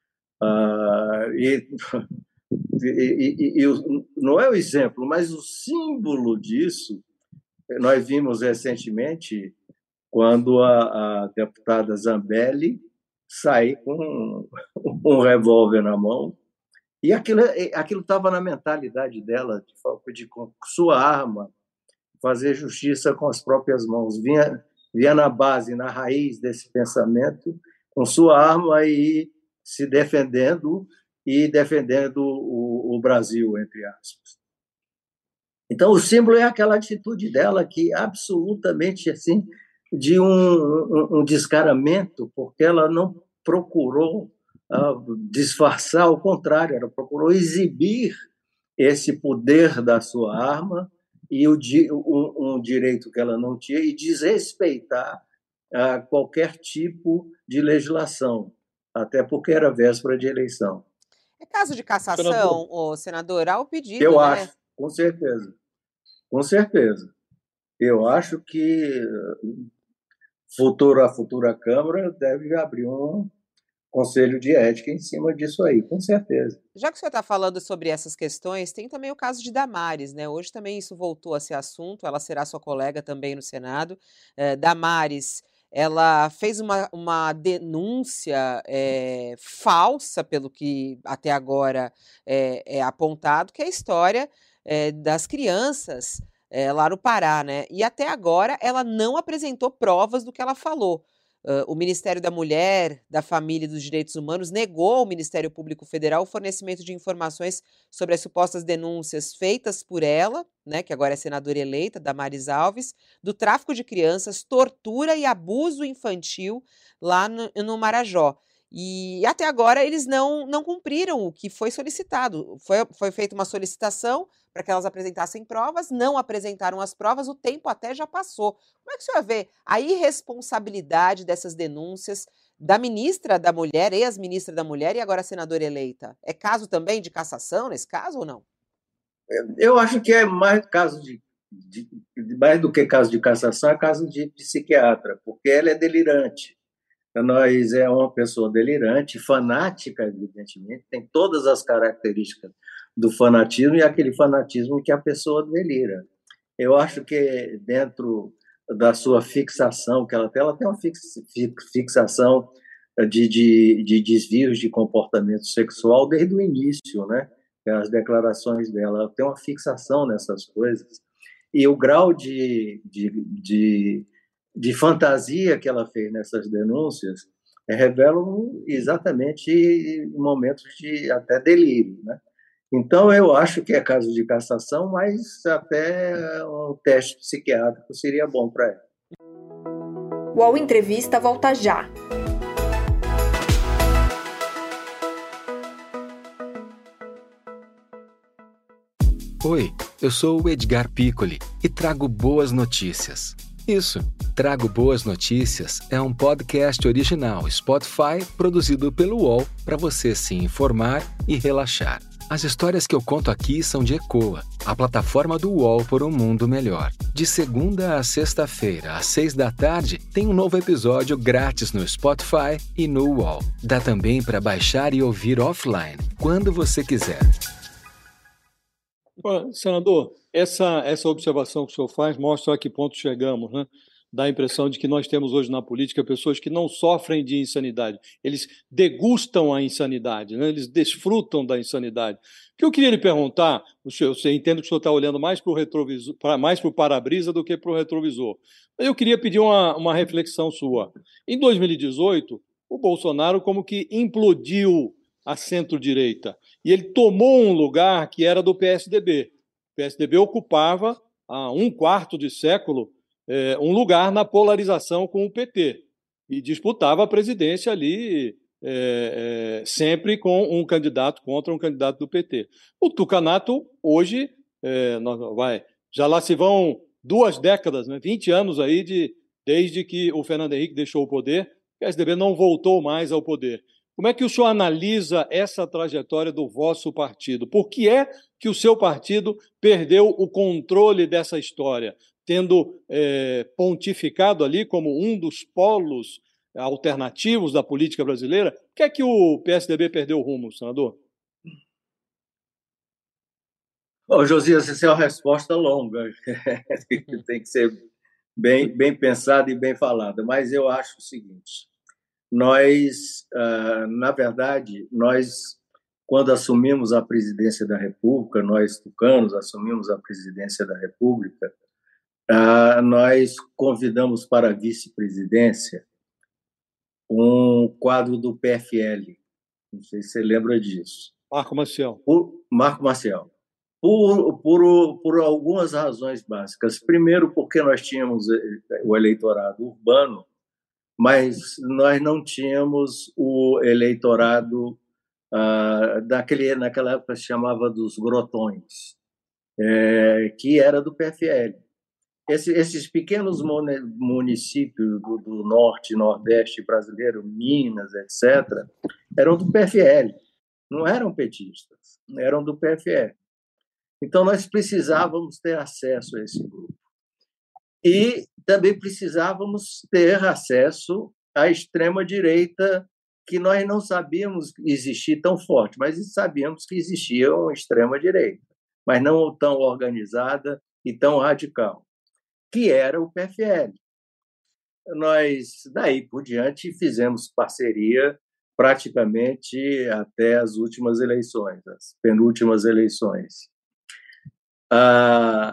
Ah, e, e, e, e não é o exemplo, mas o símbolo disso, nós vimos recentemente quando a, a deputada Zambelli saiu com um, um revólver na mão. E aquilo aquilo estava na mentalidade dela, de, de com sua arma fazer justiça com as próprias mãos. Vinha, vinha na base, na raiz desse pensamento, com sua arma e se defendendo e defendendo o, o Brasil, entre aspas. Então, o símbolo é aquela atitude dela que absolutamente assim de um, um, um descaramento, porque ela não procurou uh, disfarçar, ao contrário, ela procurou exibir esse poder da sua arma e o, um, um direito que ela não tinha e desrespeitar uh, qualquer tipo de legislação, até porque era véspera de eleição. É caso de cassação, senador, o senador, ao pedido, eu né? acho, com certeza. Com certeza. Eu acho que futuro, a futura Câmara deve abrir um conselho de ética em cima disso aí, com certeza. Já que o senhor está falando sobre essas questões, tem também o caso de Damares, né? Hoje também isso voltou a ser assunto, ela será sua colega também no Senado. É, Damares, ela fez uma, uma denúncia é, falsa, pelo que até agora é, é apontado, que é a história é, das crianças é, lá no Pará, né? E até agora ela não apresentou provas do que ela falou. Uh, o Ministério da Mulher, da Família e dos Direitos Humanos negou ao Ministério Público Federal o fornecimento de informações sobre as supostas denúncias feitas por ela, né, que agora é senadora eleita, Damares Alves, do tráfico de crianças, tortura e abuso infantil lá no, no Marajó. E até agora eles não, não cumpriram o que foi solicitado. Foi, foi feita uma solicitação para que elas apresentassem provas, não apresentaram as provas, o tempo até já passou. Como é que o senhor vê a irresponsabilidade dessas denúncias da ministra da Mulher, ex-ministra da Mulher e agora senadora eleita? É caso também de cassação nesse caso ou não? Eu acho que é mais caso de, de mais do que caso de cassação, é caso de psiquiatra, porque ela é delirante. Nós é uma pessoa delirante, fanática, evidentemente, tem todas as características do fanatismo e aquele fanatismo que a pessoa delira. Eu acho que dentro da sua fixação, que ela tem, ela tem uma fixação de, de, de desvios de comportamento sexual desde o início, né? As declarações dela, ela tem uma fixação nessas coisas. E o grau de, de, de, de fantasia que ela fez nessas denúncias revelam exatamente momentos de até delírio, né? Então, eu acho que é caso de cassação, mas até um teste psiquiátrico seria bom para ela. O UOL Entrevista volta já. Oi, eu sou o Edgar Piccoli e trago boas notícias. Isso, Trago Boas Notícias é um podcast original Spotify produzido pelo U O L para você se informar e relaxar. As histórias que eu conto aqui são de Ecoa, a plataforma do U O L por um mundo melhor. De segunda a sexta-feira, às seis da tarde, tem um novo episódio grátis no Spotify e no U O L. Dá também para baixar e ouvir offline, quando você quiser. Senador, essa, essa observação que o senhor faz mostra a que ponto chegamos, né? Dá a impressão de que nós temos hoje na política pessoas que não sofrem de insanidade, eles degustam a insanidade, né? Eles desfrutam da insanidade. O que eu queria lhe perguntar, o senhor, eu entendo que o senhor está olhando mais para o retrovisor, mais para o para-brisa do que para o retrovisor. Eu queria pedir uma, uma reflexão sua. Em dois mil e dezoito, o Bolsonaro como que implodiu a centro-direita, e ele tomou um lugar que era do P S D B. O P S D B ocupava, há um quarto de século, é, um lugar na polarização com o P T, e disputava a presidência ali é, é, sempre com um candidato contra um candidato do P T. O tucanato, hoje, é, vai, já lá se vão duas décadas, né, vinte anos aí de, desde que o Fernando Henrique deixou o poder, o P S D B não voltou mais ao poder. Como é que o senhor analisa essa trajetória do vosso partido? Por que é que o seu partido perdeu o controle dessa história, tendo é, pontificado ali como um dos polos alternativos da política brasileira? Por que é que o P S D B perdeu o rumo, senador? Ô, Josias, essa é uma resposta longa. Tem que ser bem, bem pensada e bem falada. Mas eu acho o seguinte... Nós, na verdade, nós, quando assumimos a presidência da República, nós, tucanos, assumimos a presidência da República, nós convidamos para a vice-presidência um quadro do P F L. Não sei se você lembra disso. Marco Maciel. Por, Marco Maciel. Por, por, por algumas razões básicas. Primeiro, porque nós tínhamos o eleitorado urbano, mas nós não tínhamos o eleitorado ah, daquele, naquela época se chamava dos grotões, é, que era do P F L. Esse, esses pequenos municípios do, do norte e nordeste brasileiro, Minas, etcétera, eram do P F L, não eram petistas, eram do P F L. Então, nós precisávamos ter acesso a esse grupo. E também precisávamos ter acesso à extrema-direita, que nós não sabíamos existir tão forte, mas sabíamos que existia uma extrema-direita, mas não tão organizada e tão radical, que era o P F L. Nós, daí por diante, fizemos parceria praticamente até as últimas eleições, as penúltimas eleições. Ah,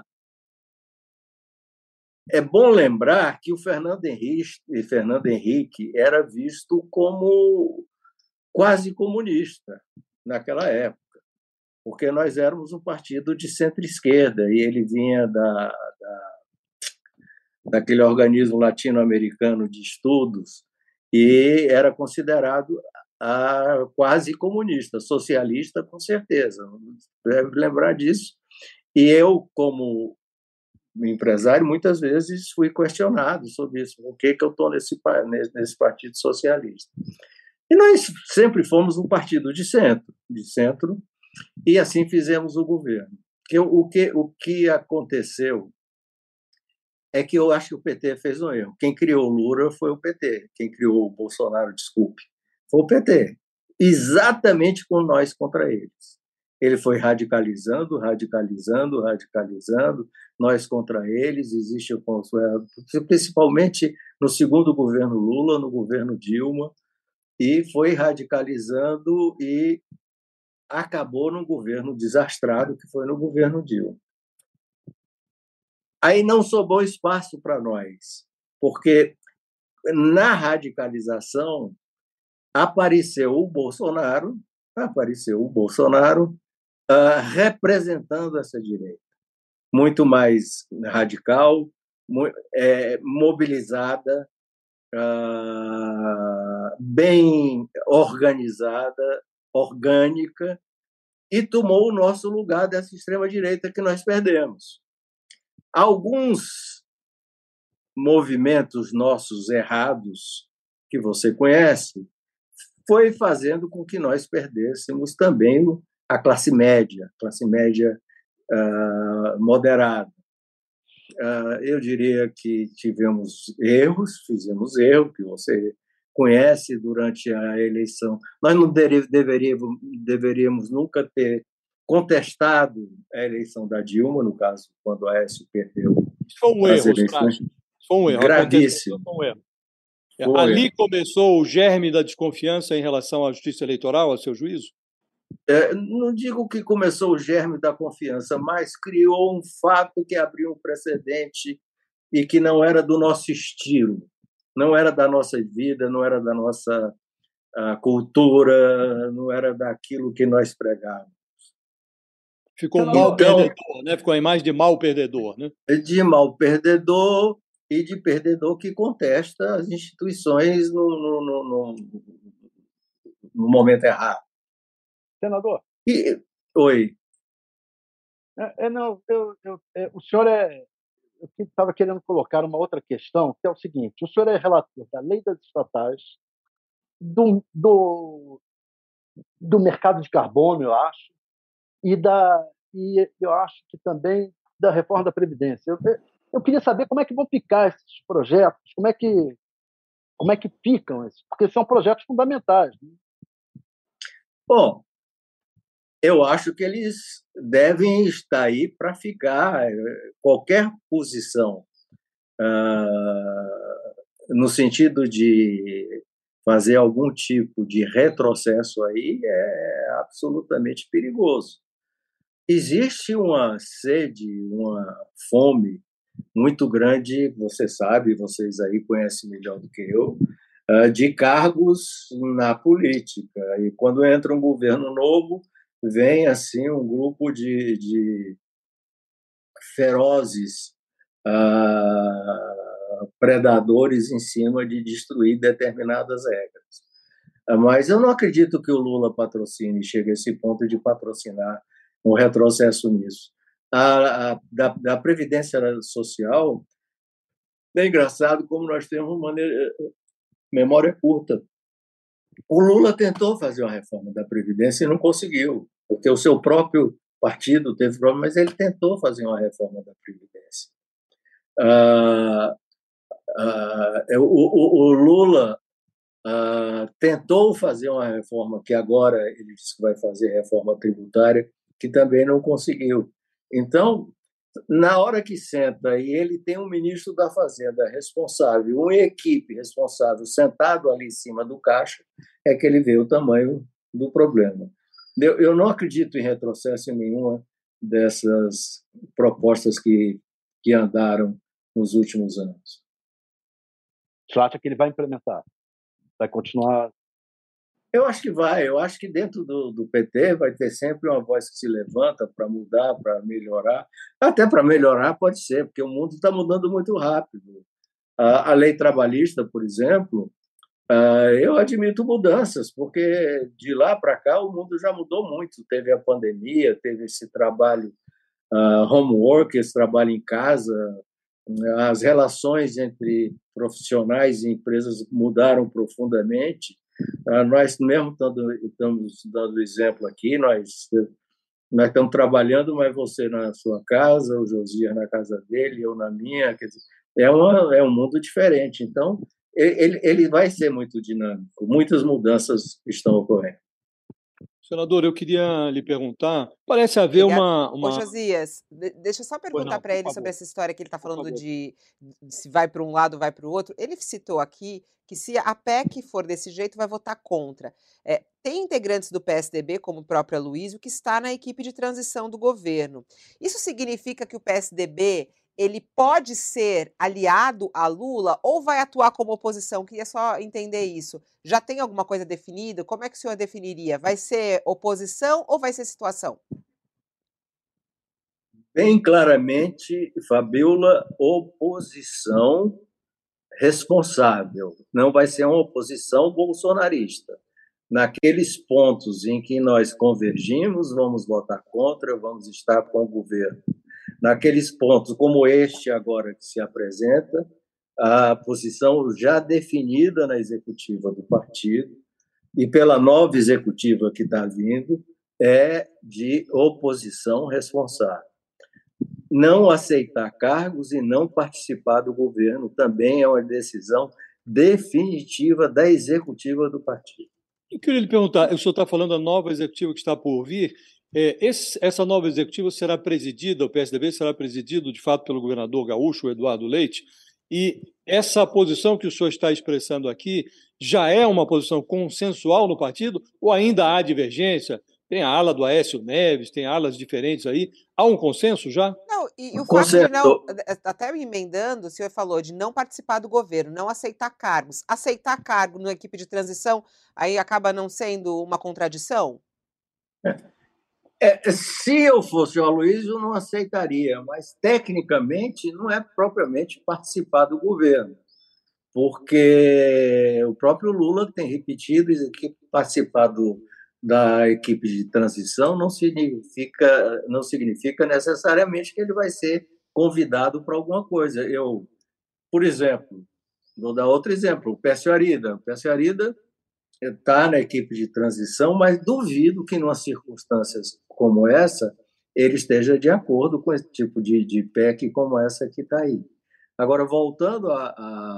É bom lembrar que o Fernando Henrique, Fernando Henrique era visto como quase comunista naquela época, porque nós éramos um partido de centro-esquerda e ele vinha da, da, daquele organismo latino-americano de estudos e era considerado a, quase comunista, socialista com certeza, deve lembrar disso. E eu, como empresário, muitas vezes fui questionado sobre isso, por que, que eu estou nesse, nesse partido socialista. E nós sempre fomos um partido de centro, de centro, e assim fizemos o governo. O que, o que aconteceu é que eu acho que o P T fez um erro. Quem criou o Lula foi o P T. Quem criou o Bolsonaro, desculpe, foi o P T. Exatamente com nós contra eles. Ele foi radicalizando, radicalizando, radicalizando, nós contra eles, existe principalmente no segundo governo Lula, no governo Dilma, e foi radicalizando e acabou num governo desastrado, que foi no governo Dilma. Aí não sobrou espaço para nós, porque na radicalização apareceu o Bolsonaro, apareceu o Bolsonaro uh, representando essa direita, muito mais radical, mu é, mobilizada, uh, bem organizada, orgânica, e tomou o nosso lugar dessa extrema-direita que nós perdemos. Alguns movimentos nossos errados, que você conhece, foi fazendo com que nós perdêssemos também a classe média, classe média uh, moderada. Uh, eu diria que tivemos erros, fizemos erro, que você conhece durante a eleição. Nós não deveríamos, deveríamos nunca ter contestado a eleição da Dilma, no caso, quando a Aécio perdeu Isso foi um as erro, eleições. Foi um erro. Gravíssimo. Foi um erro. Foi Ali erro. começou o germe da desconfiança em relação à justiça eleitoral, a seu juízo? É, não digo que começou o germe da confiança, mas criou um fato que abriu um precedente e que não era do nosso estilo, não era da nossa vida, não era da nossa uh, cultura, não era daquilo que nós pregávamos. Ficou um mal então, perdedor, né? Ficou a imagem de mal perdedor, né? De mal perdedor e de perdedor que contesta as instituições no, no, no, no, no momento errado. Senador? E, oi. É, é, não, eu, eu, é, o senhor é... Eu estava querendo colocar uma outra questão, que é o seguinte: o senhor é relator da lei das estatais, do, do, do mercado de carbono, eu acho, e, da, e eu acho que também da reforma da Previdência. Eu, eu queria saber como é que vão ficar esses projetos, como é que, como é que ficam esses, porque são projetos fundamentais. Né? Bom, eu acho que eles devem estar aí para ficar. Qualquer posição uh, no sentido de fazer algum tipo de retrocesso aí é absolutamente perigoso. Existe uma sede, uma fome muito grande, você sabe, vocês aí conhecem melhor do que eu, uh, de cargos na política. E quando entra um governo novo, vem assim um grupo de, de ferozes uh, predadores em cima de destruir determinadas regras. Uh, mas eu não acredito que o Lula patrocine, chegue a esse ponto de patrocinar um retrocesso nisso. A, a, da, da Previdência Social, é engraçado como nós temos uma maneira, memória curta. O Lula tentou fazer uma reforma da Previdência e não conseguiu, porque o seu próprio partido teve problema, mas ele tentou fazer uma reforma da Previdência. Ah, ah, o, o, o Lula ah, tentou fazer uma reforma, que agora ele disse que vai fazer reforma tributária, que também não conseguiu. Então, na hora que senta e ele tem um ministro da Fazenda responsável, uma equipe responsável sentado ali em cima do caixa, é que ele vê o tamanho do problema. Eu, eu não acredito em retrocesso em nenhuma dessas propostas que, que andaram nos últimos anos. Você acha que ele vai implementar? Vai continuar? Eu acho que vai. Eu acho que dentro do, do P T vai ter sempre uma voz que se levanta para mudar, para melhorar. Até para melhorar pode ser, porque o mundo está mudando muito rápido. A, a lei trabalhista, por exemplo, uh, eu admito mudanças, porque de lá para cá o mundo já mudou muito. Teve a pandemia, teve esse trabalho uh, homework, esse trabalho em casa. As relações entre profissionais e empresas mudaram profundamente. Nós mesmo estamos dando exemplo aqui, nós, nós estamos trabalhando, mas você na sua casa, o Josias na casa dele, eu na minha, quer dizer, É, uma, é um mundo diferente. Então, ele, ele vai ser muito dinâmico. Muitas mudanças estão ocorrendo. Senador, eu queria lhe perguntar, parece haver Obrigada. uma... Ô, uma... Josias, de- deixa eu só Pois perguntar não, para por ele sobre favor, essa história que ele está por falando favor. de, de se vai para um lado, vai para o outro. Ele citou aqui que se a P E C for desse jeito, vai votar contra. É, tem integrantes do P S D B, como o próprio Aloysio, que está na equipe de transição do governo. Isso significa que o P S D B ele pode ser aliado a Lula ou vai atuar como oposição? Queria só entender isso. Já tem alguma coisa definida? Como é que o senhor definiria? Vai ser oposição ou vai ser situação? Bem claramente, Fabiola, oposição responsável. Não vai ser uma oposição bolsonarista. Naqueles pontos em que nós convergimos, vamos votar contra, vamos estar com o governo. Naqueles pontos, como este agora que se apresenta, a posição já definida na executiva do partido e pela nova executiva que está vindo é de oposição responsável. Não aceitar cargos e não participar do governo também é uma decisão definitiva da executiva do partido. Eu queria lhe perguntar, o senhor está falando da nova executiva que está por vir, é, esse, essa nova executiva será presidida, o P S D B será presidido, de fato, pelo governador gaúcho, o Eduardo Leite, e essa posição que o senhor está expressando aqui já é uma posição consensual no partido ou ainda há divergência? Tem a ala do Aécio Neves, tem alas diferentes aí. Há um consenso já? Não, e, e o Consenso. fato de não, até me emendando, o senhor falou de não participar do governo, não aceitar cargos. Aceitar cargo na equipe de transição, aí acaba não sendo uma contradição? É, se eu fosse o Aloysio, eu não aceitaria, mas tecnicamente não é propriamente participar do governo, porque o próprio Lula tem repetido que participar do, da equipe de transição não significa, não significa necessariamente que ele vai ser convidado para alguma coisa. Eu, por exemplo, vou dar outro exemplo, o Pécio Arida. O Pécio Arida está na equipe de transição, mas duvido que, em umas circunstâncias como essa, ele esteja de acordo com esse tipo de, de P E C como essa que está aí. Agora, voltando à,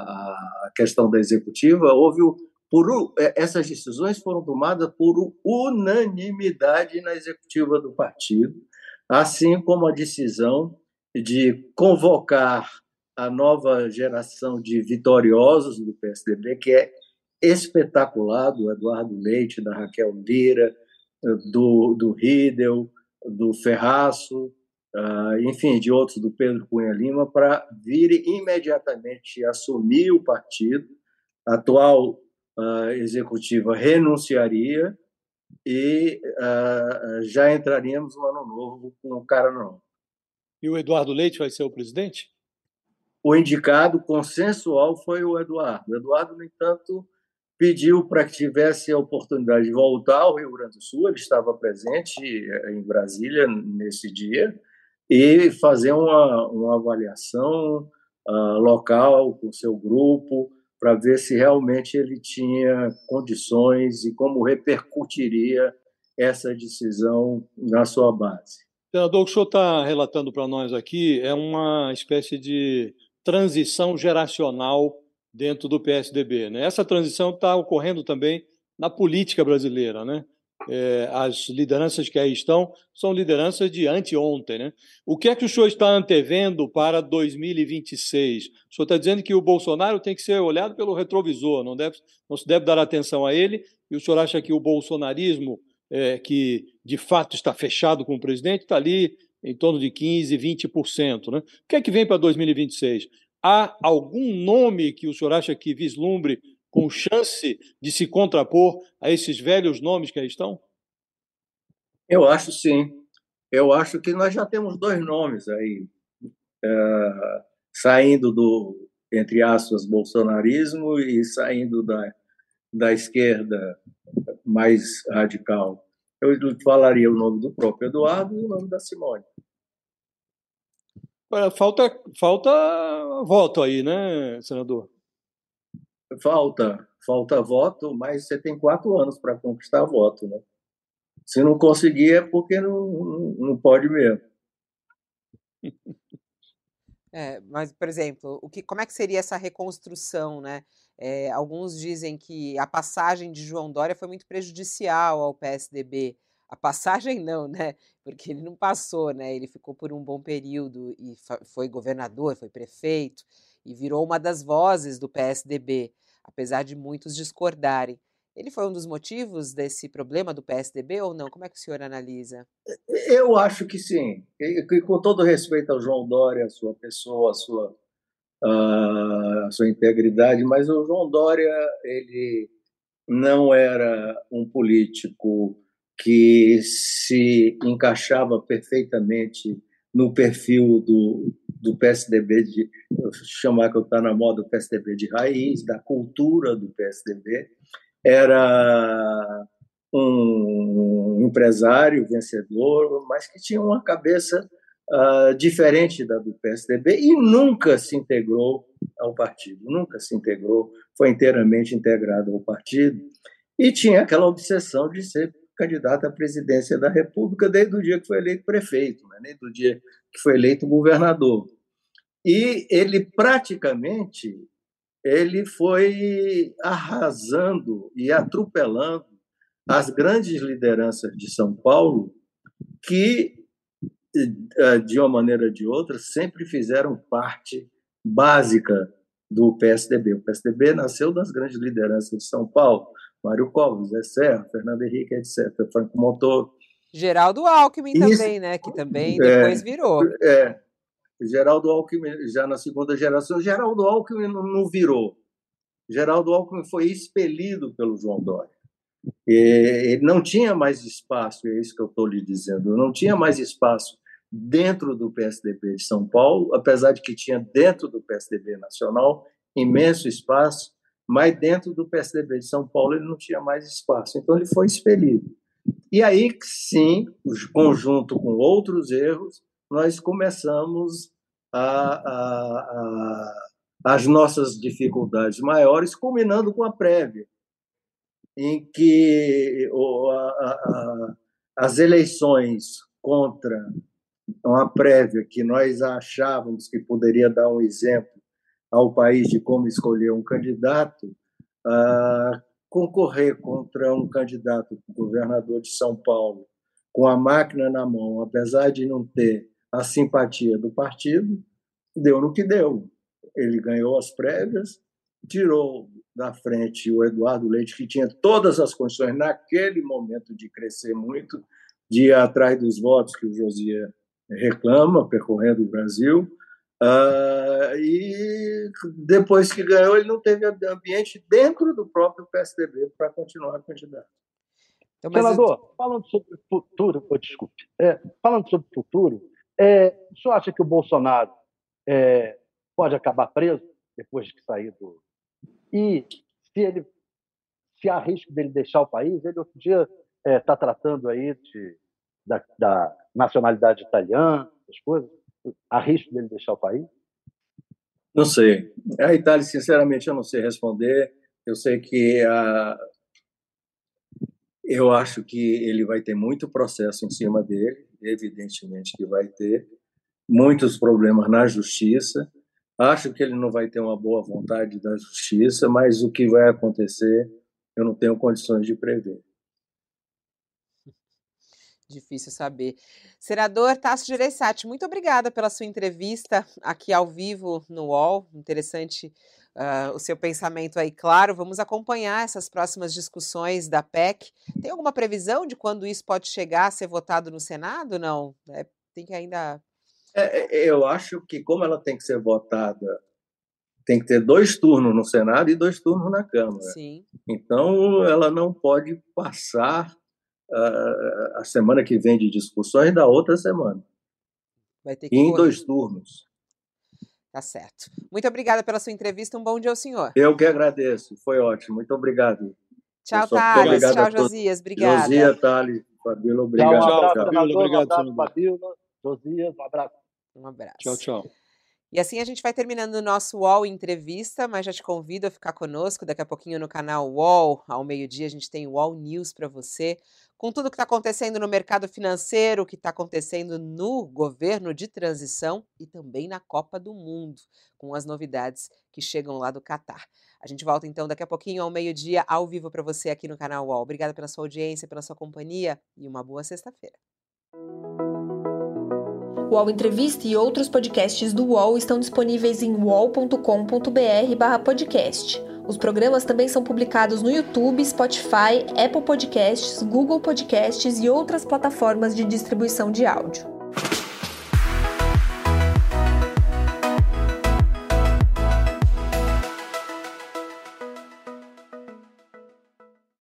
à questão da executiva, houve o, por, essas decisões foram tomadas por unanimidade na executiva do partido, assim como a decisão de convocar a nova geração de vitoriosos do P S D B, que é espetacular, do Eduardo Leite, da Raquel Lira, do, do Riedel, do Ferraço, uh, enfim, de outros, do Pedro Cunha Lima, para vir imediatamente assumir o partido. A atual uh, executiva renunciaria e uh, já entraríamos no ano novo com o cara novo. E o Eduardo Leite vai ser o presidente? O indicado consensual foi o Eduardo. O Eduardo, no entanto, pediu para que tivesse a oportunidade de voltar ao Rio Grande do Sul, ele estava presente em Brasília nesse dia, e fazer uma, uma avaliação uh, local com o seu grupo, para ver se realmente ele tinha condições e como repercutiria essa decisão na sua base. Senador, o que o senhor está relatando para nós aqui é uma espécie de transição geracional dentro do P S D B, né? Essa transição está ocorrendo também na política brasileira, né? É, as lideranças que aí estão são lideranças de anteontem, né? O que é que o senhor está antevendo para dois mil e vinte e seis? O senhor está dizendo que o Bolsonaro tem que ser olhado pelo retrovisor, não, deve, não se deve dar atenção a ele, e o senhor acha que o bolsonarismo, é, que de fato está fechado com o presidente, está ali em torno de quinze, vinte por cento, né? O que é que vem para dois mil e vinte e seis? Há algum nome que o senhor acha que vislumbre com chance de se contrapor a esses velhos nomes que aí estão? Eu acho sim. Eu acho que nós já temos dois nomes aí, é, saindo do, entre aspas, bolsonarismo e saindo da, da esquerda mais radical. Eu falaria o nome do próprio Eduardo e o nome da Simone. Falta, falta voto aí, né, senador? Falta, falta voto, mas você tem quatro anos para conquistar voto, né? Se não conseguir é porque não, não pode mesmo. É, mas, por exemplo, o que, como é que seria essa reconstrução, né? É, alguns dizem que a passagem de João Dória foi muito prejudicial ao P S D B. A passagem não, né? Porque ele não passou, né? Ele ficou por um bom período e foi governador, foi prefeito e virou uma das vozes do P S D B, apesar de muitos discordarem. Ele foi um dos motivos desse problema do P S D B ou não? Como é que o senhor analisa? Eu acho que sim. E, com todo respeito ao João Dória, a sua pessoa, a sua, a sua integridade, mas o João Dória ele não era um político que se encaixava perfeitamente no perfil do, do P S D B, de chamar que está na moda o P S D B de raiz, da cultura do P S D B. Era um empresário vencedor, mas que tinha uma cabeça uh, diferente da do P S D B e nunca se integrou ao partido, nunca se integrou, foi inteiramente integrado ao partido e tinha aquela obsessão de ser candidato à presidência da República desde o dia que foi eleito prefeito, né? Desde o dia que foi eleito governador. E ele praticamente ele foi arrasando e atropelando as grandes lideranças de São Paulo que, de uma maneira ou de outra, sempre fizeram parte básica do P S D B. O P S D B nasceu das grandes lideranças de São Paulo, Mário Covas, Zé Serra, Fernando Henrique, etcétera, Franco Montoro. Geraldo Alckmin Isso, também, né? Que também depois é, virou. É, Geraldo Alckmin, já na segunda geração, Geraldo Alckmin não, não virou. Geraldo Alckmin foi expelido pelo João Dória. Ele não tinha mais espaço, é isso que eu estou lhe dizendo, não tinha mais espaço dentro do P S D B de São Paulo, apesar de que tinha dentro do P S D B nacional imenso espaço, mas dentro do P S D B de São Paulo ele não tinha mais espaço, então ele foi expelido. E aí, sim, conjunto com outros erros, nós começamos a, a, a, as nossas dificuldades maiores, culminando com a prévia, em que a, a, as eleições contra uma prévia que nós achávamos que poderia dar um exemplo ao país de como escolher um candidato, a concorrer contra um candidato governador de São Paulo com a máquina na mão, apesar de não ter a simpatia do partido, deu no que deu. Ele ganhou as prévias, tirou da frente o Eduardo Leite, que tinha todas as condições, naquele momento, de crescer muito, de ir atrás dos votos que o Josias reclama, percorrendo o Brasil. Uh, e depois que ganhou, ele não teve ambiente dentro do próprio P S D B para continuar candidato. Então, Senador, eu... falando sobre o futuro, oh, desculpe, é, falando sobre o futuro, é, o senhor acha que o Bolsonaro é, pode acabar preso depois de sair do... E se ele se há risco dele deixar o país, ele outro dia está é, tratando aí de, da, da nacionalidade italiana, as coisas, há risco dele deixar o país? Não sei. A Itália, sinceramente, eu não sei responder. Eu sei que a... eu acho que ele vai ter muito processo em cima dele, evidentemente que vai ter muitos problemas na justiça. Acho que ele não vai ter uma boa vontade da justiça, mas o que vai acontecer eu não tenho condições de prever. Difícil saber. Senador Tasso Gereissati, muito obrigada pela sua entrevista aqui ao vivo no U O L. Interessante uh, o seu pensamento aí, claro. Vamos acompanhar essas próximas discussões da P E C. Tem alguma previsão de quando isso pode chegar a ser votado no Senado? Não? É, tem que ainda... É, eu acho que, como ela tem que ser votada, tem que ter dois turnos no Senado e dois turnos na Câmara. Sim. Então, ela não pode passar uh, a semana que vem de discussões da outra semana. Vai ter que em correr. dois turnos. Tá certo. Muito obrigada pela sua entrevista. Um bom dia ao senhor. Eu que agradeço. Foi ótimo. Muito obrigado. Tchau, Thales. Tchau, Josias. Obrigada. Josias, Thales, Fabíola, obrigado. Tchau, um abraço, tchau. Fabíola, Obrigado, um abraço, Fabíola, Josias, um abraço. Um abraço. Tchau, tchau. E assim a gente vai terminando o nosso U O L Entrevista, mas já te convido a ficar conosco daqui a pouquinho no canal U O L. Ao meio-dia a gente tem o U O L News para você, com tudo o que está acontecendo no mercado financeiro, o que está acontecendo no governo de transição e também na Copa do Mundo, com as novidades que chegam lá do Catar. A gente volta então daqui a pouquinho ao meio-dia, ao vivo para você aqui no canal U O L. Obrigada pela sua audiência, pela sua companhia e uma boa sexta-feira. O U O L Entrevista e outros podcasts do U O L estão disponíveis em uol ponto com ponto br barra podcast. Os programas também são publicados no YouTube, Spotify, Apple Podcasts, Google Podcasts e outras plataformas de distribuição de áudio.